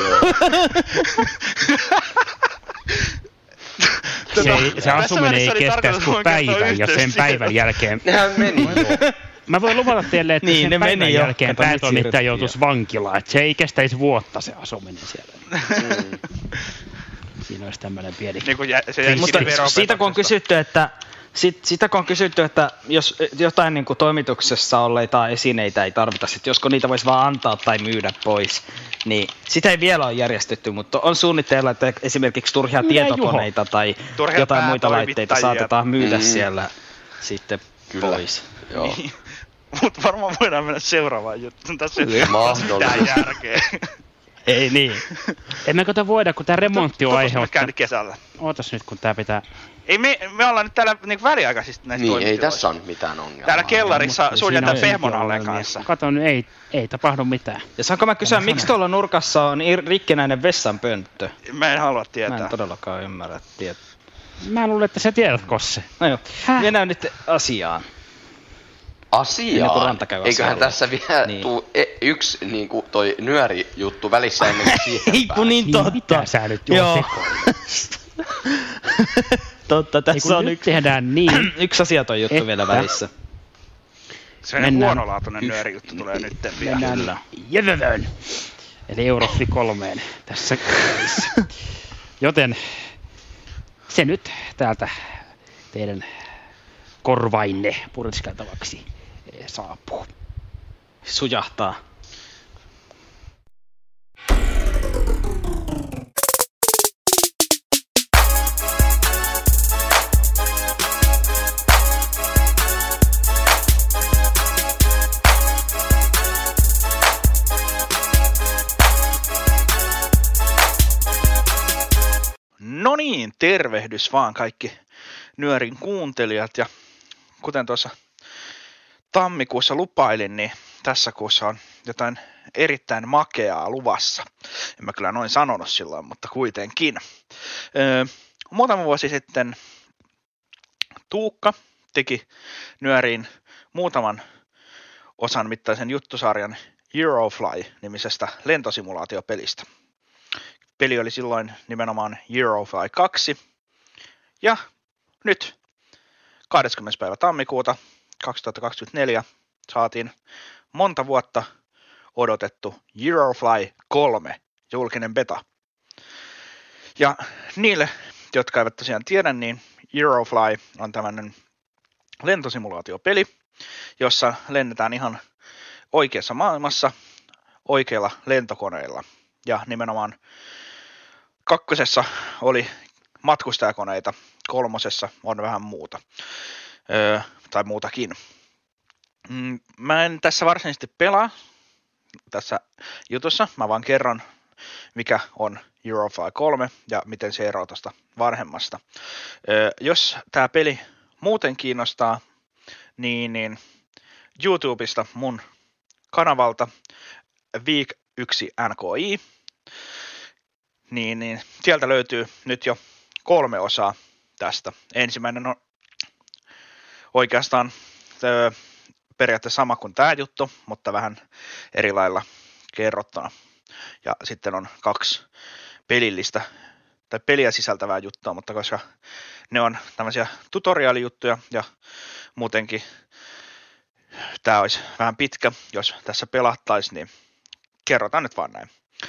Se, ei, se asuminen ei kestäisi kuin päivän, ja sen päivän jälkeen... Nehän meni Mä voin luvata teille, että niin, sen päivän jälkeen päätoimittaja joutuisi vankilaan. Että se ei kestäisi vuotta se asuminen siellä. Mm. Siinä olisi tämmöinen pieni... Niin kuin jä, se mutta siitä kun on kysytty, että... Sitten sitä kun on kysytty, että jos jotain niin kuin toimituksessa olleita esineitä ei tarvita, että josko niitä voisi vaan antaa tai myydä pois, niin sitä ei vielä ole järjestetty, mutta on suunnitteilla, että esimerkiksi turhia Minä tietokoneita juho. tai turhia jotain muita laitteita saatetaan myydä mm. siellä sitten Kyllä. pois. Joo. Niin. Mutta varmaan voidaan mennä seuraavaan juttuun. Tässä ei mitään järkeä. Ei niin. Emme kato voida, kun tämä remontti on aiheuttanut. Kesällä. Ootas nyt, kun tämä pitää... Ei me, me ollaan nyt täällä niinku väliaikaisesti näissä Niin, ei tässä ole mitään ongelmaa. Täällä kellarissa suljetaan Pehmon Allen kanssa. Kato nyt, ei, ei tapahdu mitään. Ja saanko mä kysyä, miksi tuolla nurkassa on rikkinäinen vessanpönttö? Mä en halua tietää. Mä en todellakaan ymmärrä tietää. Mä luulen, että sä tiedät, Kosse. No joo, Häh? mennään nyt asiaan. Asiaan? Eiköhän tässä vielä niin. tuu e- yksi niinku toi nyöri-juttu välissä ennen kuin siihen Ei kun niin totta. Mitä sä nyt joo sekoilet? Totta, tässä on yksi, tehdään niin, yksi asiaton juttu että vielä välissä. Sellainen huonolaatuinen nyöri-juttu tulee nyt vielä. Mennään jätetään. Eli Euroffi kolmeen tässä välissä. Joten se nyt täältä teidän korvainne puriskeltavaksi saapuu. Sujahtaa. tervehdys vaan kaikki Nyörin kuuntelijat. Ja kuten tuossa tammikuussa lupailin, niin tässä kuussa on jotain erittäin makeaa luvassa. En mä kyllä noin sanonut silloin, mutta kuitenkin. Öö, muutama vuosi sitten Tuukka teki Nyöriin muutaman osan mittaisen juttusarjan Eurofly-nimisestä lentosimulaatiopelistä. Peli oli silloin nimenomaan Eurofly kaksi. Ja nyt kahdeskymmenes päivä tammikuuta kaksituhattakaksikymmentäneljä saatiin monta vuotta odotettu Eurofly kolme julkinen beta. Ja niille, jotka eivät tosiaan tiedä, niin Eurofly on tämmöinen lentosimulaatiopeli, jossa lennetään ihan oikeassa maailmassa oikeilla lentokoneilla. Ja nimenomaan kakkosessa oli matkustajakoneita, kolmosessa on vähän muuta. Öö, tai muutakin. Mm, mä en tässä varsinaisesti pelaa tässä jutussa, mä vaan kerron, mikä on Eurofly kolme ja miten se eroaa tuosta vanhemmasta. Öö, jos tämä peli muuten kiinnostaa, niin, niin YouTubesta mun kanavalta Week yksi N K I, niin, niin sieltä löytyy nyt jo kolme osaa tästä. Ensimmäinen on oikeastaan öö, periaatteessa sama kuin tämä juttu, mutta vähän eri lailla kerrottuna. Ja sitten on kaksi pelillistä tai peliä sisältävää juttua, mutta koska ne on tämmöisiä tutoriaalijuttuja ja muutenkin tämä olisi vähän pitkä, jos tässä pelattaisiin, niin kerrotaan nyt vaan näin.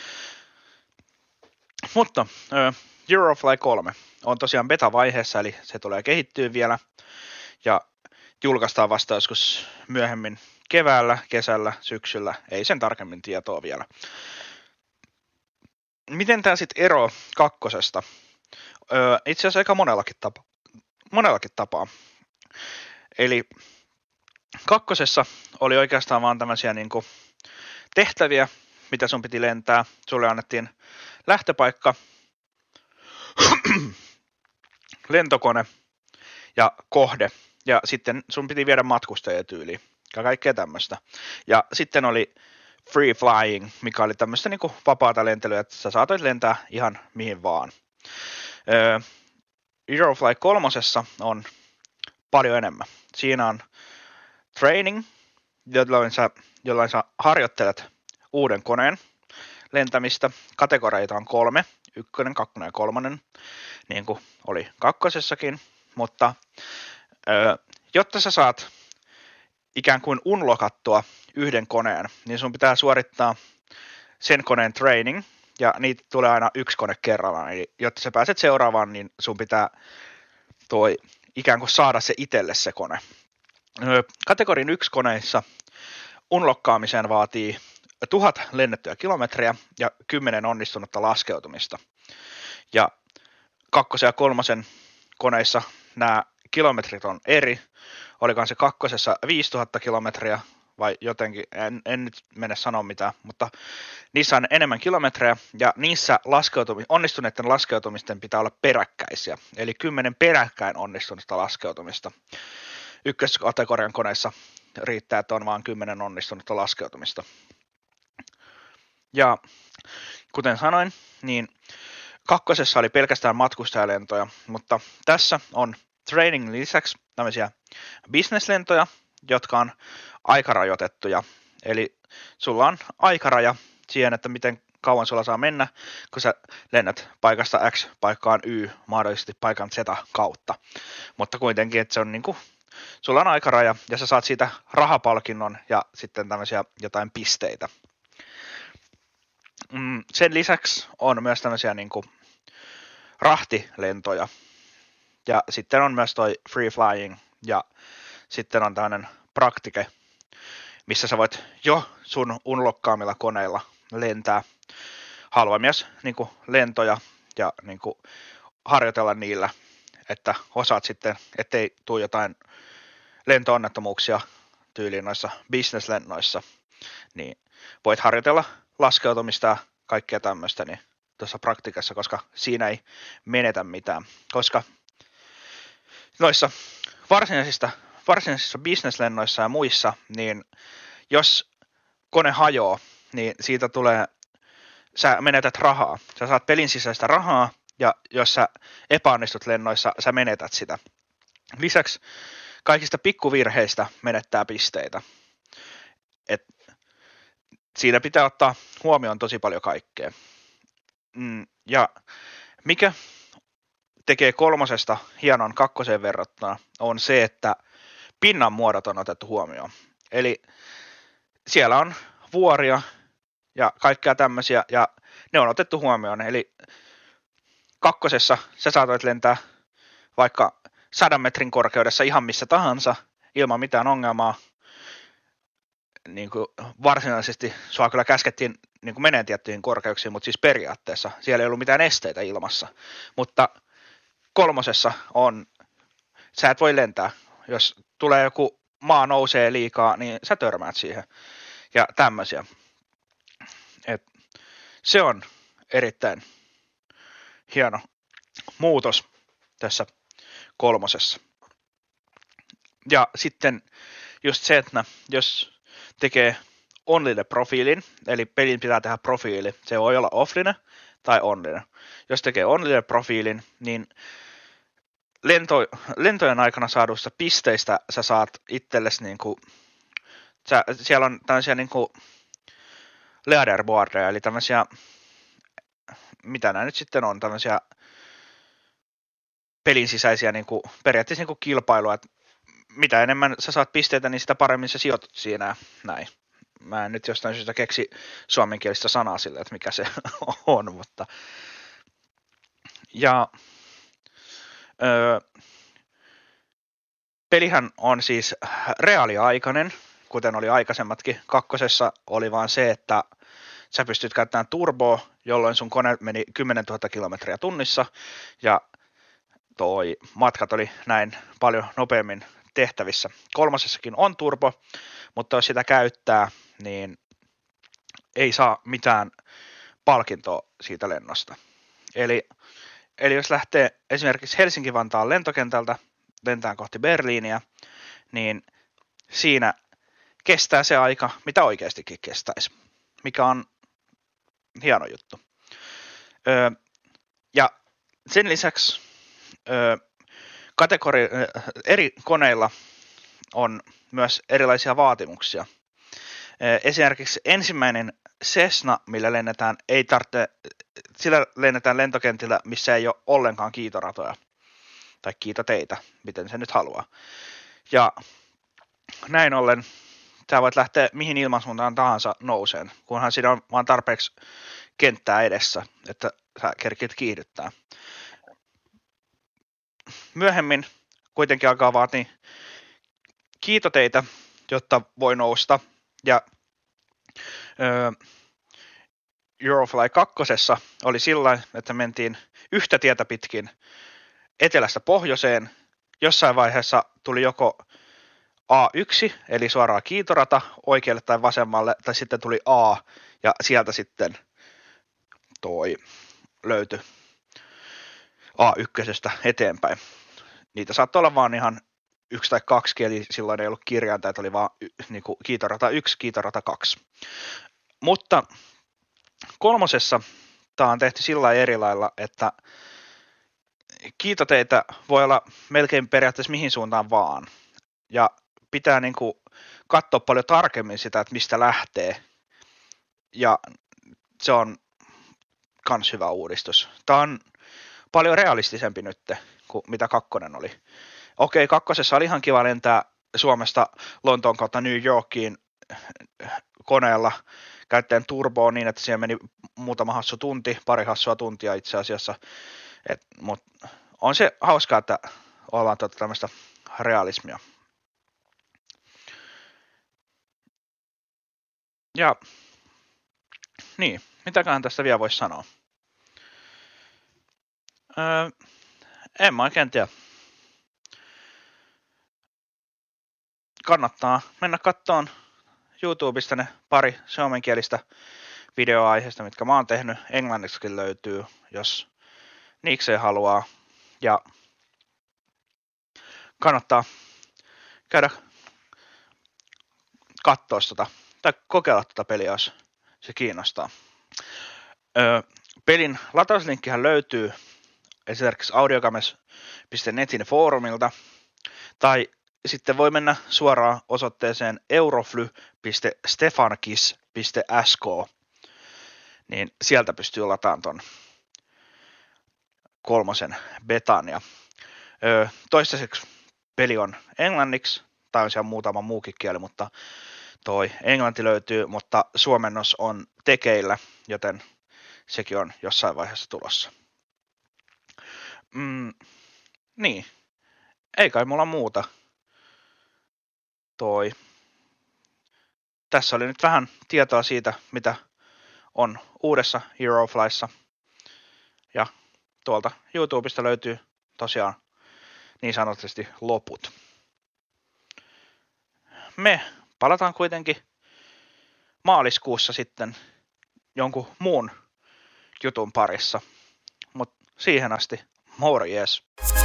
Mutta Eurofly kolme on tosiaan beta-vaiheessa, eli se tulee kehittyä vielä ja julkaistaan vasta joskus myöhemmin keväällä, kesällä, syksyllä, ei sen tarkemmin tietoa vielä. Miten tämä sitten eroaa kakkosesta? Öö, itse asiassa aika monellakin, tapa, monellakin tapaa. Eli kakkosessa oli oikeastaan vaan tämmöisiä niinku tehtäviä, mitä sun piti lentää. Sulle annettiin lähtöpaikka, lentokone ja kohde. Ja sitten sun piti viedä matkustajia tyyliin ja kaikkea tämmöistä. Ja sitten oli free flying, mikä oli tämmöistä niinku vapaata lentelyä, että sä saatoit lentää ihan mihin vaan. Öö, Eurofly kolmosessa on paljon enemmän. Siinä on training, jolloin sä, jolloin sä harjoittelet uuden koneen lentämistä. Kategorioita on kolme, ykkönen, kakkonen ja kolmonen, niin kuin oli kakkosessakin, mutta öö, jotta sä saat ikään kuin unlockattua yhden koneen, niin sun pitää suorittaa sen koneen training, ja niitä tulee aina yksi kone kerrallaan. Eli jotta sä pääset seuraavaan, niin sun pitää toi ikään kuin saada se itselle se kone. Öö, kategorian yksi koneissa unlockkaamiseen vaatii tuhat lennettyä kilometriä ja kymmenen onnistunutta laskeutumista. Ja kakkosen ja kolmosen koneissa nämä kilometrit on eri. Olikohan se kakkosessa viisituhatta kilometriä vai jotenkin, en, en nyt mene sanoa mitään, mutta niissä on enemmän kilometrejä ja niissä laskeutumi, onnistuneiden laskeutumisten pitää olla peräkkäisiä. Eli kymmenen peräkkäin onnistunutta laskeutumista. Ykköskategorian koneissa riittää, että on vain kymmenen onnistunutta laskeutumista. Ja kuten sanoin, niin kakkosessa oli pelkästään matkustajalentoja, mutta tässä on training lisäksi tämmöisiä businesslentoja, jotka on aikarajoitettuja. Eli sulla on aikaraja siihen, että miten kauan sulla saa mennä, kun sä lennät paikasta X paikkaan Y, mahdollisesti paikan Z kautta. Mutta kuitenkin, että se on niinku, sulla on aikaraja ja sä saat siitä rahapalkinnon ja sitten tämmöisiä jotain pisteitä. Sen lisäksi on myös tämmöisiä niinku rahtilentoja. Ja sitten on myös toi free flying ja sitten on tämmöinen praktike, missä sä voit jo sun unlockkaamilla koneilla lentää halvamies niin kuin lentoja ja niin kuin harjoitella niillä, että osaat sitten, ettei tule jotain lento-onnettomuuksia tyyliin noissa business-lennoissa, niin voit harjoitella laskeutumista ja kaikkea tämmöistä, niin tuossa praktikassa, koska siinä ei menetä mitään. Koska noissa varsinaisista, varsinaisissa bisneslennoissa ja muissa, niin jos kone hajoaa, niin siitä tulee, sä menetät rahaa. Sä saat pelin sisäistä rahaa, ja jos sä epäonnistut lennoissa, sä menetät sitä. Lisäksi kaikista pikkuvirheistä menettää pisteitä. Et siinä pitää ottaa huomioon tosi paljon kaikkea. Mm, ja mikä tekee kolmosesta hienon kakkoseen verrattuna on se, että pinnan muodot on otettu huomioon. Eli siellä on vuoria ja kaikkea tämmöisiä, ja ne on otettu huomioon. Eli kakkosessa sä saatoit lentää vaikka sadan metrin korkeudessa ihan missä tahansa, ilman mitään ongelmaa. Niin kuin varsinaisesti sua kyllä käskettiin niin kuin meneen tiettyihin korkeuksiin, mutta siis periaatteessa siellä ei ollut mitään esteitä ilmassa. Mutta kolmosessa on, sä et voi lentää. Jos tulee joku maa nousee liikaa, niin sä törmäät siihen. Ja tämmöisiä. Et se on erittäin hieno muutos tässä kolmosessa. Ja sitten just se, että jos tekee online profiilin, eli pelin pitää tehdä profiili, se voi olla offline tai online. Jos tekee online profiilin, niin lento, lentojen aikana saaduista pisteistä sä saat itsellesi niinku, sä, siellä on tämmöisiä niinku leaderboardeja, eli tämmöisiä, mitä nämä nyt sitten on, tämmöisiä pelin sisäisiä niinku, periaatteessa niinku kilpailua, että mitä enemmän sä saat pisteitä, niin sitä paremmin sä sijoitut siinä näin. Mä en nyt jostain syystä keksi suomenkielistä sanaa sille, että mikä se on, mutta ja öö, pelihän on siis reaaliaikainen, kuten oli aikaisemmatkin. Kakkosessa oli vaan se, että sä pystyt käyttämään turboa, jolloin sun kone meni kymmenentuhatta kilometriä tunnissa, ja toi matkat oli näin paljon nopeammin tehtävissä. Kolmosessakin on turbo, mutta jos sitä käyttää, niin ei saa mitään palkintoa siitä lennosta. Eli, eli jos lähtee esimerkiksi Helsinki-Vantaan lentokentältä, lentään kohti Berliiniä, niin siinä kestää se aika, mitä oikeastikin kestäisi, mikä on hieno juttu. Öö, ja sen lisäksi öö, kategori- eri koneilla on myös erilaisia vaatimuksia. Esimerkiksi ensimmäinen Cessna, millä lennetään, ei tarvitse, sillä lennetään lentokentillä, missä ei ole ollenkaan kiitoratoja tai kiitoteitä, miten se nyt haluaa. Ja näin ollen sä voit lähteä mihin ilmansuuntaan tahansa nouseen, kunhan siinä on vaan tarpeeksi kenttää edessä, että sä kerkit kiihdyttää. Myöhemmin kuitenkin alkaa vaatia kiitoteitä, jotta voi nousta. Ja öö, Eurofly kakkosessa oli sillä, että mentiin yhtä tietä pitkin etelästä pohjoiseen. Jossain vaiheessa tuli joko A yksi, eli suoraan kiitorata oikealle tai vasemmalle, tai sitten tuli A, ja sieltä sitten toi löytyi A ykkösestä eteenpäin. Niitä saattoi olla vaan ihan yksi tai kaksi, eli silloin ei ollut kirjainta, että oli vaan niin kuin kiitorata yksi, kiitorata kaksi. Mutta kolmosessa tämä on tehty sillä eri lailla, että kiitoteitä voi olla melkein periaatteessa mihin suuntaan vaan. Ja pitää niin kuin katsoa paljon tarkemmin sitä, että mistä lähtee. Ja se on kans hyvä uudistus. Tämä on paljon realistisempi nyt kuin mitä kakkonen oli. Okei, kakkosessa oli ihan kiva lentää Suomesta Lontoon kautta New Yorkiin koneella käyttäen turboa niin, että siellä meni muutama hassu tunti, pari hassua tuntia itse asiassa. Et, mut on se hauskaa, että ollaan tuota tämmöistä realismia. Ja niin, mitäköhän tästä vielä voisi sanoa? Öö, en mä oikein tiedä. Kannattaa mennä kattoon YouTubesta ne pari suomenkielistä videoaiheista, mitkä mä oon tehnyt. Englanniksikin löytyy, jos niikseen haluaa. Ja kannattaa käydä katsoa tota, tai kokeilla tuota peliä, jos se kiinnostaa. Öö, pelin latauslinkkihän löytyy esimerkiksi audiogames piste netin foorumilta, tai sitten voi mennä suoraan osoitteeseen eurofly piste stefankis piste s k, niin sieltä pystyy lataamaan ton kolmosen betan. Ja, öö, toistaiseksi peli on englanniksi, tai on siellä muutama muukin kieli, mutta toi englanti löytyy, mutta suomennos on tekeillä, joten sekin on jossain vaiheessa tulossa. Mm, niin, ei kai mulla muuta. Toi. Tässä oli nyt vähän tietoa siitä, mitä on uudessa Euroflyssa. Ja tuolta YouTubesta löytyy tosiaan niin sanotusti loput. Me palataan kuitenkin maaliskuussa sitten jonkun muun jutun parissa. Mutta siihen asti, morjes!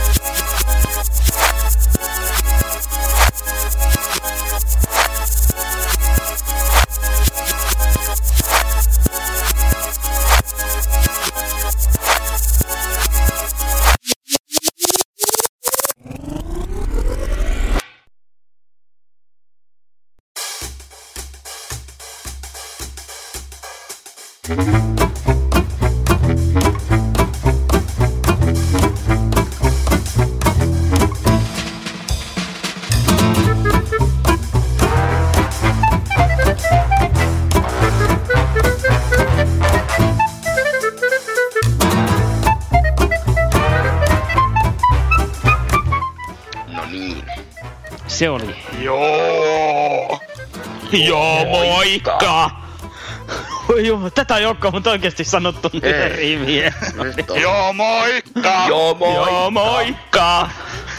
Se oli. Joo! Joo, moikka! Oi joo, tätä ei olekaan mut oikeesti sanottu niitä riviä. Joo, moikka! Joo, moikka! Joo, moikka!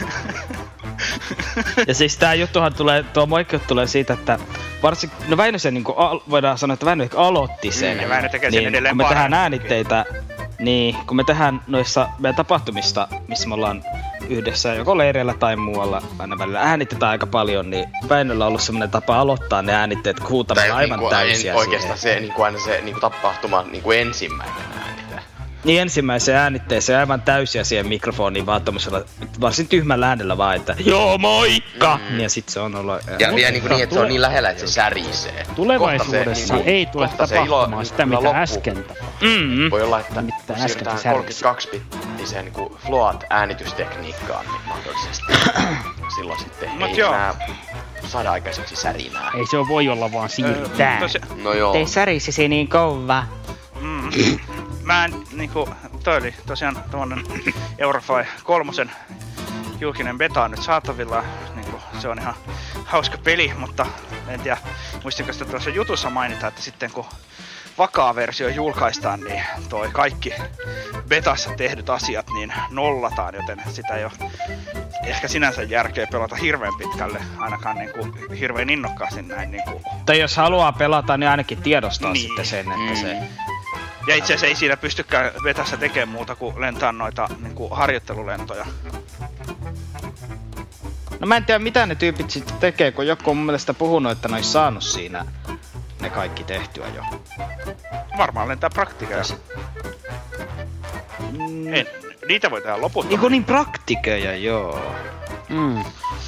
Ja siis tää juttuhan tulee, tuo moikka tulee siitä, että varsin, no Väinö sen niinku, al, voidaan sanoa, että Väinö aloitti sen. Mm, ja Väinö tekee sen niin, edelleen kun me tehdään paremmin. äänitteitä, niin kun me tehdään noissa meidän tapahtumista, missä me ollaan yhdessä joko leireillä tai muualla aina välillä äänitetään aika paljon, niin Väinöllä on ollut semmoinen tapa aloittaa ne äänitteet huutamalla aivan niinku, täysiä en, oikeastaan siihen. se niinku aina se niinku tapahtuma niinku ensimmäinen äänite. Niin ensimmäiseen äänitteeseen aivan täysiä siihen mikrofoniin vaan tommosella varsin tyhmällä äänellä vaan, että joo moikka! Mm. Ja sit se on ollut... Ja vielä niinku niin, että se on niin lähellä, että se särisee. Tulevaisuudessa se, ei tule tapahtumaan sitä, mitä loppu. äsken tapahtui. Mm-hmm. Voi olla, että mitä kun siirrytään kolmekymmentäkaksi-bittiseen niinku Float-äänitystekniikkaan, niin mahdollisesti silloin sitten Mut ei joo. enää saada aikaiseksi särinää. Ei se voi olla vaan siirrytään. Tosi, No joo. Ei särisisi niin kova. mm, mä en niinku, toi oli tosiaan tommonen Eurofly kolmosen julkinen beta on nyt saatavilla. Niinku, se on ihan hauska peli, mutta en tiedä, muistinko sitä tuossa jutussa mainita, että sitten kun vakaa versio julkaistaan, niin toi kaikki betassa tehdyt asiat niin nollataan, joten sitä ei ole ehkä sinänsä järkeä pelata hirveän pitkälle, ainakaan niinku hirveän innokkaasti näin niinku. Tai jos haluaa pelata, niin ainakin tiedostaa Niin. sitten sen, että Mm. se... Ja itse asiassa ei siinä pystykään betassa tekemään muuta kuin lentää noita niinku harjoittelulentoja. No mä en tiedä mitä ne tyypit sitten tekee, kun joku on mun mielestä puhunut, että ne ois saanut siinä ne kaikki tehtyä jo. Varmaan lentää praktikeja. Mm. En, niitä voi tehdä loputtomasti. Niinku niin praktikeja, joo. Mm.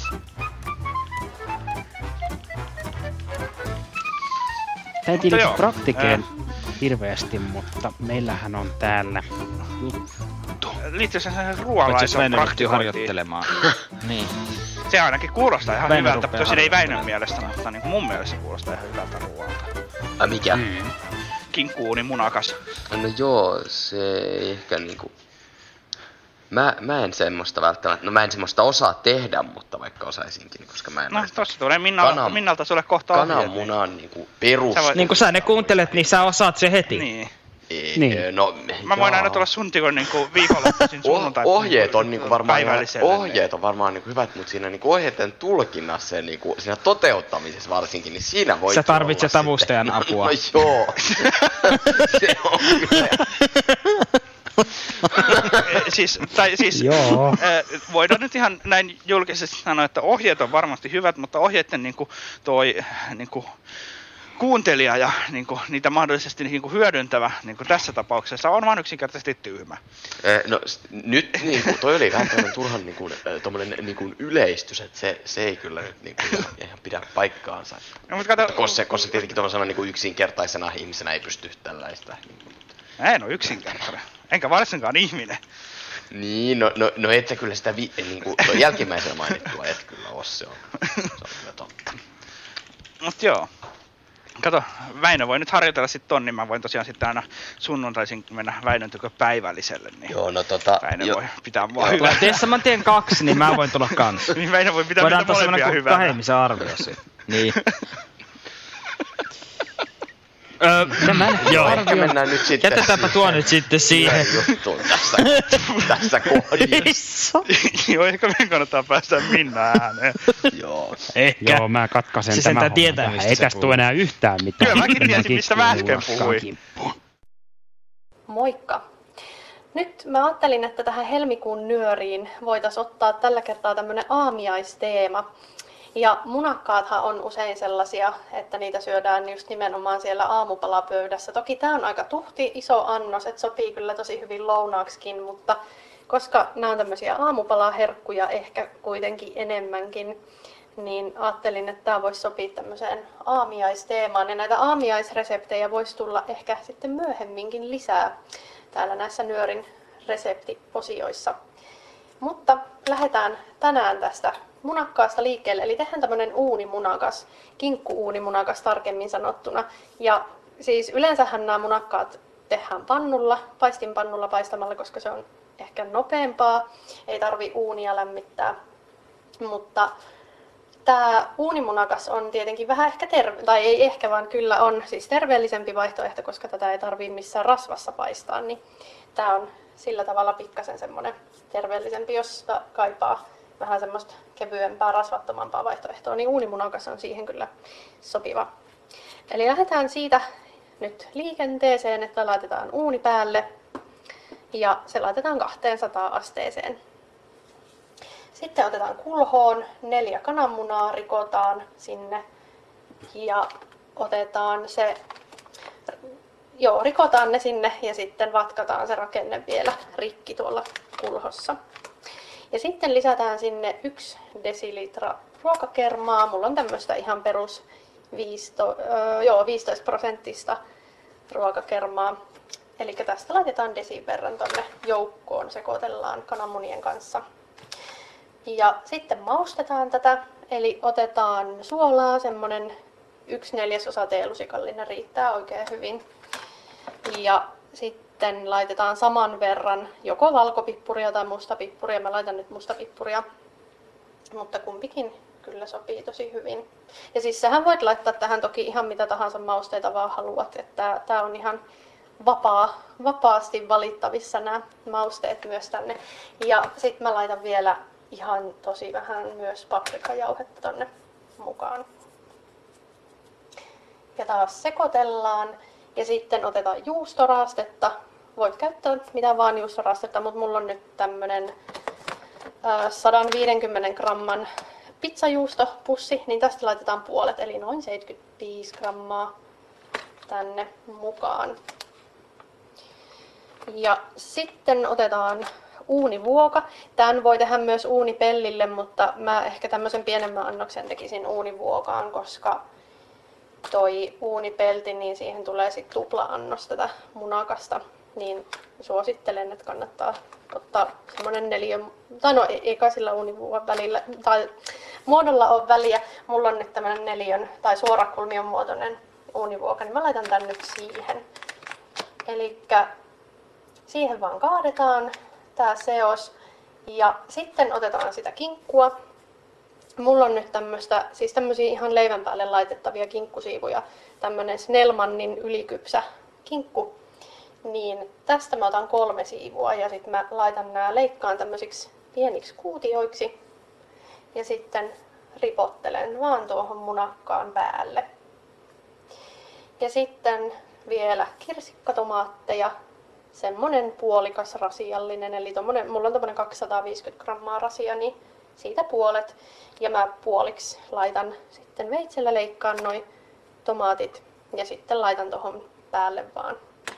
Tää ei Mutta tiedä joo, praktikeen hirveästi, mutta meillähän on täällä juttu. Liittyy se sen Paitsi jos ruoanlaisen Väinö ryhtyy praktikointiin. harjoittelemaan. Niin. Se ainakin kuulostaa ihan Väinö hyvältä. rupeaa Tosin ei Väinön harjoittelemaan. mielestä, mutta niin kuin mun mielestä se kuulostaa ihan hyvältä ruoalta. Ai mikä? Mm. Kinkkuuni munakas. No joo, se ei ehkä niinku... Mä, mä en semmoista välttämättä, no mä en semmoista osaa tehdä, mutta vaikka osaisinkin, koska mä en... No ole- tossa tulee Minnalta, Kanan- Minnalta sulle kohta ohjeet. Kananmunan niinku perus... Sä voit- Niin kun sä ne kuuntelet, niin sä osaat se heti. Niin. Ei, Niin. no, Mä voin jaa. aina tulla sun tykön niinku viikonloppuisin sunnuntai. Ohjeet on niinku varmaan päivälliselle, ohjeet on varmaan niinku hyvät, mutta siinä niinku ohjeiden tulkinnassa ja niinku siinä toteuttamisessa varsinkin, niin siinä voi Sä tarvitset avustajan sitten. apua. No, no joo. Se on kyllä. siis, tai siis Joo. äh, voidaan nyt ihan näin julkisesti sanoa, että ohjeet on varmasti hyvät, mutta ohjeiden niinku toi niinku kuuntelija ja niinku, niitä mahdollisesti niinku hyödyntävä niinku tässä tapauksessa on vaan yksinkertaisesti tyhmä. Eh, no s- nyt niinku, toi oli vähän tämmönen turhan niinku, äh, tommonen niinku yleistys, että se, se ei kyllä nyt niinku ihan, ihan pidä paikkaansa. No, mutta kato, Koska, koska tietenkin tuollaisena niinku yksinkertaisena ihmisenä ei pysty tällaista. mä en oo yksinkertainen, enkä varsinkaan ihminen. Niin, no, no, no et sä kyllä sitä vi, niinku, toi jälkimmäisenä mainittua et kyllä oo, se on, se on kyllä totta. Mut joo. Kato, Väinö voi nyt harjoitella sit ton, niin mä voin tosiaan sitten aina sunnuntaisin mennä Väinön tykö päivälliselle, niin Joo, no tota... Väinö jo, voi pitää mua Joo, hyvää. tee saman tien kaksi, niin mä voin tulla kanssa. Niin Väinö voi pitää Voidaan mitä antaa molempia semmonen hyvää. kahden arvio siitä. Niin. Öö, mä, joo. ehkä mennään nyt sitten... Jätetäänpä tuo nyt sitten siihen. juttuun tässä, tässä kohdissa. Joo, ehkä meidän kannattaa päästä Minna ääneen. Joo. Ehkä. Joo, mä katkaisen Se tämän sentään tietää, homman. mistä Ei se tästä puhuu. tule enää yhtään mitään. Kyllä mäkin Mennään tiesin, mistä mä äsken kimppuun, puhuin. kimppuun. Moikka! Nyt mä ajattelin, että tähän helmikuun nyöriin voitaisiin ottaa tällä kertaa tämmönen aamiaisteema. Ja munakkaathan on usein sellaisia, että niitä syödään just nimenomaan siellä aamupalapöydässä. Toki tää on aika tuhti, iso annos, että sopii kyllä tosi hyvin lounaaksikin, mutta koska nämä on tämmöisiä aamupalaherkkuja ehkä kuitenkin enemmänkin, niin ajattelin, että tämä voisi sopia tämmöiseen aamiaisteemaan. Ja näitä aamiaisreseptejä voisi tulla ehkä sitten myöhemminkin lisää täällä näissä nyörin reseptiosioissa. Mutta lähdetään tänään tästä munakkaasta liikkeelle. Eli tehdään tämmöinen uunimunakas, kinkku-uunimunakas tarkemmin sanottuna. Ja siis yleensähän nämä munakkaat tehdään pannulla, paistinpannulla paistamalla, koska se on ehkä nopeampaa. Ei tarvi uunia lämmittää. Mutta tämä uunimunakas on tietenkin vähän ehkä terve, tai ei ehkä, vaan kyllä on siis terveellisempi vaihtoehto, koska tätä ei tarvitse missään rasvassa paistaa, niin tämä on sillä tavalla pikkasen semmoinen terveellisempi, jos kaipaa vähän semmoista kevyempää, rasvattomampaa vaihtoehtoa, niin uunimunakas on siihen kyllä sopiva. Eli lähdetään siitä nyt liikenteeseen, että laitetaan uuni päälle ja se laitetaan kaksisataa asteeseen. Sitten otetaan kulhoon neljä kananmunaa, rikotaan sinne ja otetaan se, joo, rikotaan ne sinne ja sitten vatkataan se rakenne vielä rikki tuolla kulhossa. Ja sitten lisätään sinne yksi desilitra ruokakermaa. Mulla on tämmöistä ihan perus viisitoista prosenttista ruokakermaa. Eli tästä laitetaan desin verran tonne joukkoon, sekoitellaan kananmunien kanssa. Ja sitten maustetaan tätä, eli otetaan suolaa, semmonen yksi neljäsosa teelusikallinen riittää oikein hyvin. Ja sitten laitetaan saman verran joko valkopippuria tai mustapippuria. Mä laitan nyt mustapippuria, mutta kumpikin kyllä sopii tosi hyvin. Ja siis sähän voit laittaa tähän toki ihan mitä tahansa mausteita vaan haluat, että tää on ihan vapaa, vapaasti valittavissa nämä mausteet myös tänne. Ja sitten mä laitan vielä ihan tosi vähän myös paprikajauhetta tonne mukaan. Ja taas sekoitellaan ja sitten otetaan juustoraastetta. Voit käyttää mitä vaan juustoraastetta, mutta mulla on nyt tämmönen äh, sata viisikymmentä gramman pizzajuustopussi, niin tästä laitetaan puolet, eli noin seitsemänkymmentäviisi grammaa tänne mukaan. Ja sitten otetaan uunivuoka. Tän voi tehdä myös uunipellille, mutta mä ehkä tämmöisen pienemmän annoksen tekisin uunivuokaan, koska toi uunipelti, niin siihen tulee sitten tupla-annos tätä munakasta. Niin suosittelen, että kannattaa ottaa semmonen neljä, tai no ei kai sillä uunivuokan välillä, tai muodolla on väliä. Mulla on nyt tämmönen neljön tai suorakulmion muotoinen uunivuoka, niin mä laitan tän nyt siihen. Elikkä siihen vaan kaadetaan tää seos ja sitten otetaan sitä kinkkua. Mulla on nyt tämmöstä, siis tämmösiä ihan leivän päälle laitettavia kinkkusiivuja, tämmönen Snellmannin ylikypsä kinkku. niin tästä mä otan kolme siivua ja sitten mä laitan nämä leikkaan tämmöisiksi pieniksi kuutioiksi ja sitten ripottelen vaan tuohon munakkaan päälle. Ja sitten vielä kirsikkatomaatteja, semmonen puolikas rasiallinen, eli tommonen, mulla on tommonen kaksisataaviisikymmentä grammaa rasia, niin siitä puolet. Ja mä puoliksi laitan sitten veitsellä leikkaan noi tomaatit ja sitten laitan tohon päälle vaan.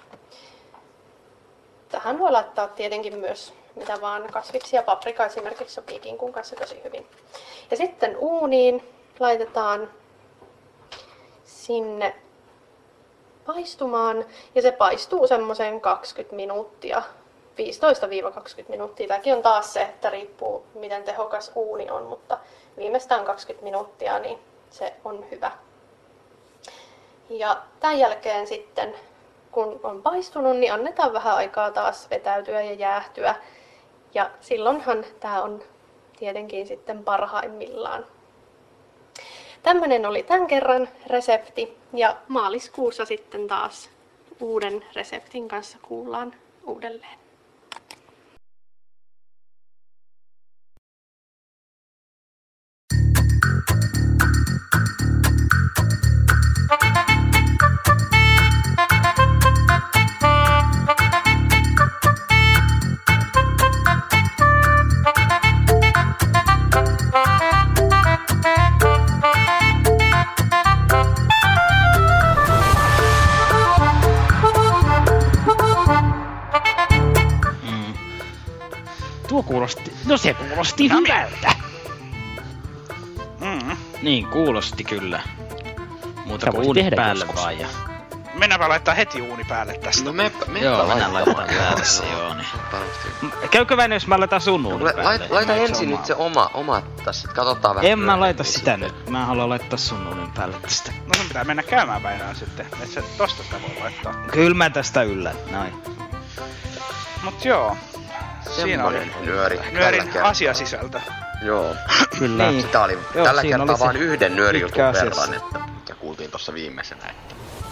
Tähän voi laittaa tietenkin myös mitä vaan, kasviksia, paprika esimerkiksi sopii kinkun kanssa tosi hyvin. Ja sitten uuniin laitetaan sinne paistumaan ja se paistuu semmoisen kaksikymmentä minuuttia, viisitoista kaksikymmentä minuuttia. Tämäkin on taas se, että riippuu miten tehokas uuni on, mutta viimeistään kaksikymmentä minuuttia, niin se on hyvä. Ja tämän jälkeen sitten, kun on paistunut, niin annetaan vähän aikaa taas vetäytyä ja jäähtyä. Ja silloinhan tämä on tietenkin sitten parhaimmillaan. Tämmöinen oli tämän kerran resepti ja maaliskuussa sitten taas uuden reseptin kanssa kuullaan uudelleen. Tuo kuulosti, no se kuulosti no hyvältä. Mm. Niin, kuulosti kyllä. Muuta kuin uuni päälle joskus vaan ja... Mennäänpä laittaa heti uuni päälle tästä. No me, me joo, mennään laittaa päälle se joo niin. Käykö Väinö, jos mä laitan sun uuni päälle? Laita, laita ensin nyt se oma, oma tässä, katsotaan vähän. En mä laita sitä nyt, mä haluan laittaa sun uunin päälle tästä. No sun pitää mennä käymään Väinöä sitten, et sä tosta sitä voi laittaa. Kyllä mä tästä yllän, noin. Mut joo. Siinä oli nyöri. Nyörin asiasisältö. Joo. Kyllä. Niin. Sitä oli joo, tällä kertaa vain yhden nyörijutun verran, että ja kuultiin tossa viimeisenä. Että...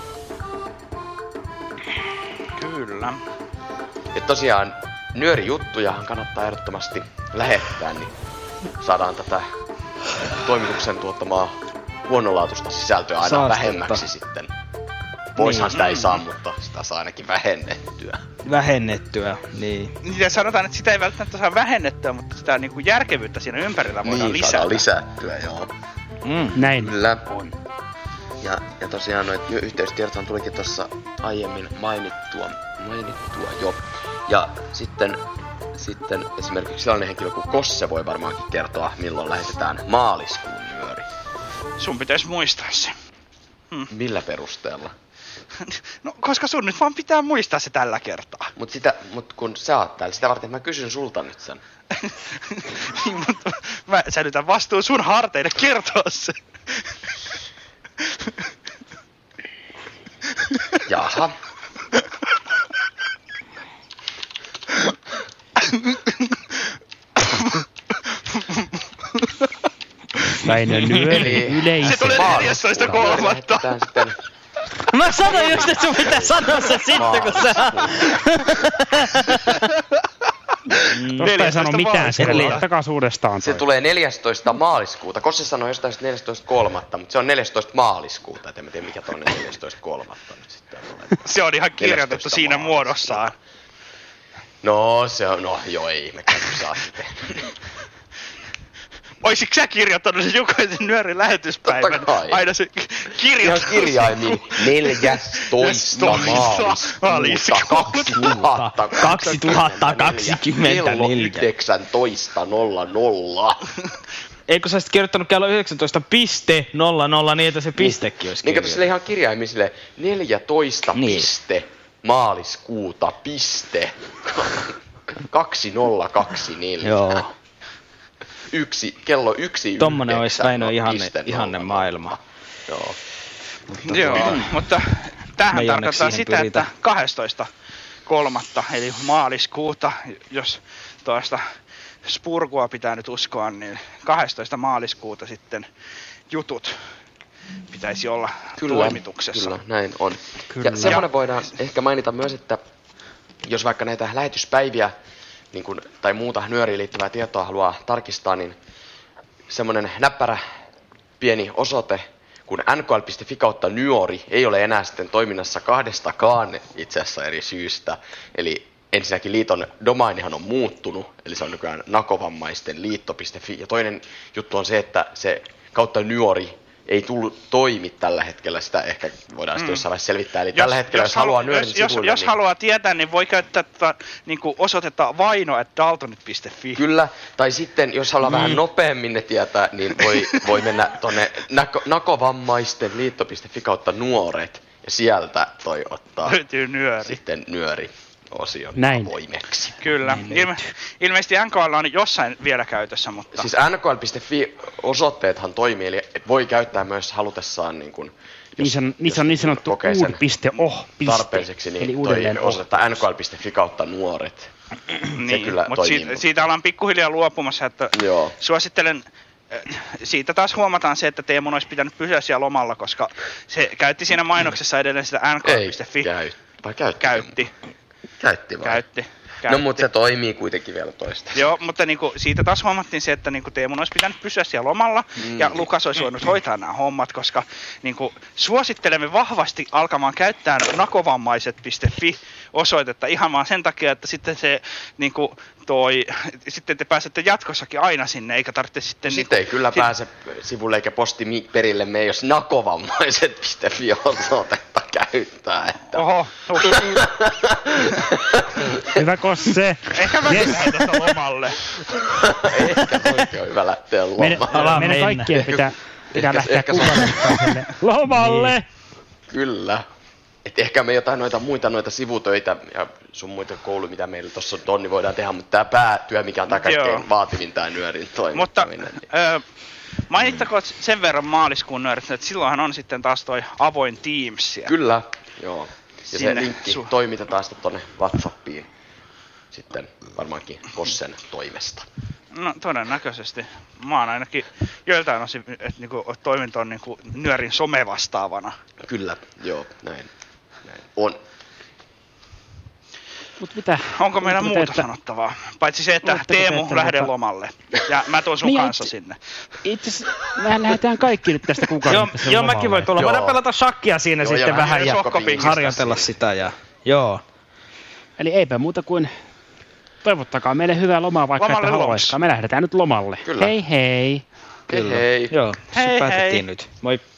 Kyllä. Ja tosiaan nyörijuttujahan kannattaa ehdottomasti lähettää, niin saadaan tätä toimituksen tuottamaa huonolaatuista sisältöä aina Saastetta. vähemmäksi sitten. Poishan niin. Sitä ei saa, mutta sitä saa ainakin vähennettyä. Vähennettyä, niin. Ja sanotaan, että sitä ei välttämättä saa vähennettyä, mutta sitä niinku järkevyyttä siinä ympärillä voidaan niin, lisätä. Saadaan lisättyä, joo. Mm, näin. Kyllä. On. Ja, ja tosiaan noit yhteystiedothan tulikin tuossa aiemmin mainittua, mainittua jo. Ja sitten, sitten esimerkiksi sellainen henkilö kuin Kosse voi varmaankin kertoa, milloin lähetetään maaliskuun nyöri. Sun pitäisi muistaa se. Hmm. Millä perusteella? No, koska sun nyt vaan pitää muistaa se tällä kertaa. Mut sitä, mut kun sä oot täällä, sitä varten mä kysyn sulta nyt sen. Mutta mä säilytän vastuun sun harteille kertoa se. Jaha. Väinö nyöri yleisö. Se tulee neljästoista kolmatta. Mä sanoin just, että sun pitää sanoa se sitten, kun sä... Tosta ei sano mitään, se takas uudestaan. Se tulee neljästoista maaliskuuta. Kosse sanoi jostain neljästoista kolmatta, mutta se on neljästoista maaliskuuta. Et en tiedä mikä tonne neljästoista kolmatta nyt sitten on. Se on ihan kirjoitettu siinä muodossaan. No se on, no joo ei ihmekään kun sä oot tehnyt. Oisitko sä kirjoittanut sen jokaisen nyörin lähetyspäivän? Aina se kirjoittanut. Ihan kirjaimin neljästoista maaliskuuta kaksituhattakaksikymmentäneljä. Kello yhdeksäntoista nolla nolla. Eikö sä sit kirjoittanut kello yhdeksäntoista piste nolla nolla niin, että se pistekin olisi niin, kato sille ihan kirjaimin sille neljätoista niin. Piste maaliskuuta piste kaksituhattakaksikymmentäneljä. Joo. Yksi, kello yksi tommonen ois Väinö ihanne, ihanne maailma. Joo. Mutta, Joo, tota, mutta tämähän tarkoittaa sitä, pyritä. Että kahdestoista kolmatta eli maaliskuuta, jos toista spurgua pitää nyt uskoa, niin kahdestoista maaliskuuta sitten jutut pitäisi olla kyllä, toimituksessa. Kyllä, näin on. Kyllä. Ja semmoinen voidaan ehkä mainita myös, että jos vaikka näitä lähetyspäiviä niin kun, tai muuta nyöriin liittyvää tietoa haluaa tarkistaa, niin semmoinen näppärä pieni osoite, kun n k l piste f i kautta nyori ei ole enää sitten toiminnassa kahdestakaan itse asiassa eri syystä. Eli ensinnäkin liiton domainihan on muuttunut, eli se on nykyään nakovammaisten liitto piste f i. Ja toinen juttu on se, että se kautta nyori ei tullut toimi tällä hetkellä, sitä ehkä voidaan mm. sitten jossain vaiheessa selvittää. Eli jos, tällä hetkellä, jos, jos haluaa nyörin jos, sivuille, jos niin... haluaa tietää, niin voi käyttää tätä niin osoitetta vaino at daltonit piste f i. Kyllä, tai sitten jos haluaa mm. vähän nopeammin ne tietää, niin voi, voi mennä tuonne nako, nakovammaisten liitto piste f i kautta nuoret, ja sieltä toi ottaa löytyy nyöri. Sitten nyöri osion avoimeksi. Kyllä. Ilme, ilmeisesti N K L on jossain vielä käytössä, mutta... Siis n k l piste f i osoitteethan toimii, eli voi käyttää myös halutessaan niin kuin... Niissä on, niissä on niin sanottu uud piste o piste. Tarpeelliseksi, niin toi osoitetta n k l piste f i kautta nuoret. Niin, mutta siitä, siitä ollaan pikkuhiljaa luopumassa, että Joo. suosittelen... Siitä taas huomataan se, että Teemun olisi pitänyt pysyä siellä lomalla, koska se käytti siinä mainoksessa edelleen sitä n k l piste f i. Ei, käy. Vai käytti? Käytti. Käytti vai? Käytti. Käytti. No mutta se toimii kuitenkin vielä toista. Joo, mutta niinku, siitä taas huomattiin se, että niinku, Teemun olisi pitänyt pysyä siellä lomalla mm. ja Lukas olisi voinut hoitaa nämä hommat, koska niinku, suosittelemme vahvasti alkamaan käyttää nakovammaiset piste f i osoitetta ihan vaan sen takia, että sitten se niinku, toi, sitten te pääsette jatkossakin aina sinne, eikä tarvitse sitten... Sitten niinku, ei kyllä sit... pääse sivulle eikä posti perille me, jos nakovammaiset piste f i osoitetta käyttää. Että... Oho. Hyvä kosse. Ehkä mä yes. lähden tästä lomalle. Ehkä oikein on hyvä lähteä lomalle. Meidän kaikkien pitää, pitää ehkä, lähteä kuvalle lomalle. Niin. Kyllä. Et ehkä me jotain noita muita noita sivutöitä ja sun muita kouluja, mitä meillä tuossa on, niin voidaan tehdä, mutta tämä päätyö, mikä on tämä kaikkein vaativin, tämä nyörin toimittaminen. Mutta niin. ö, mainittakoon sen verran maaliskuun nyörit, että silloinhan on sitten taas toi avoin Teams siellä. Kyllä, joo. Ja se linkki su- toimitetaan sitten tuonne WhatsAppiin sitten varmaankin Kossen toimesta. No todennäköisesti. Mä oon ainakin joiltain osin, että niinku, toiminta on niinku nyörin somevastaavana. Kyllä, joo, näin, näin on. Mut mitä? Onko meillä muuta että... sanottavaa? Paitsi se, että Teemu lähde mutta... lomalle. Ja mä tuon sun niin kanssa itse, sinne. Itse asiassa mehän lähdetään kaikki nyt tästä kukaan. Joo, mäkin voin tulla. Voidaan pelata shakkia siinä joo, sitten ja vähän ja harjoitella sitä. Ja... Joo. Eli eipä muuta kuin toivottakaa meille hyvää lomaa, vaikka lomalle että haluaisikaan. Me lähdetään nyt lomalle. Kyllä. Hei hei. Kyllä. Hei hei. Joo, hei, päätettiin hei. nyt. Moi.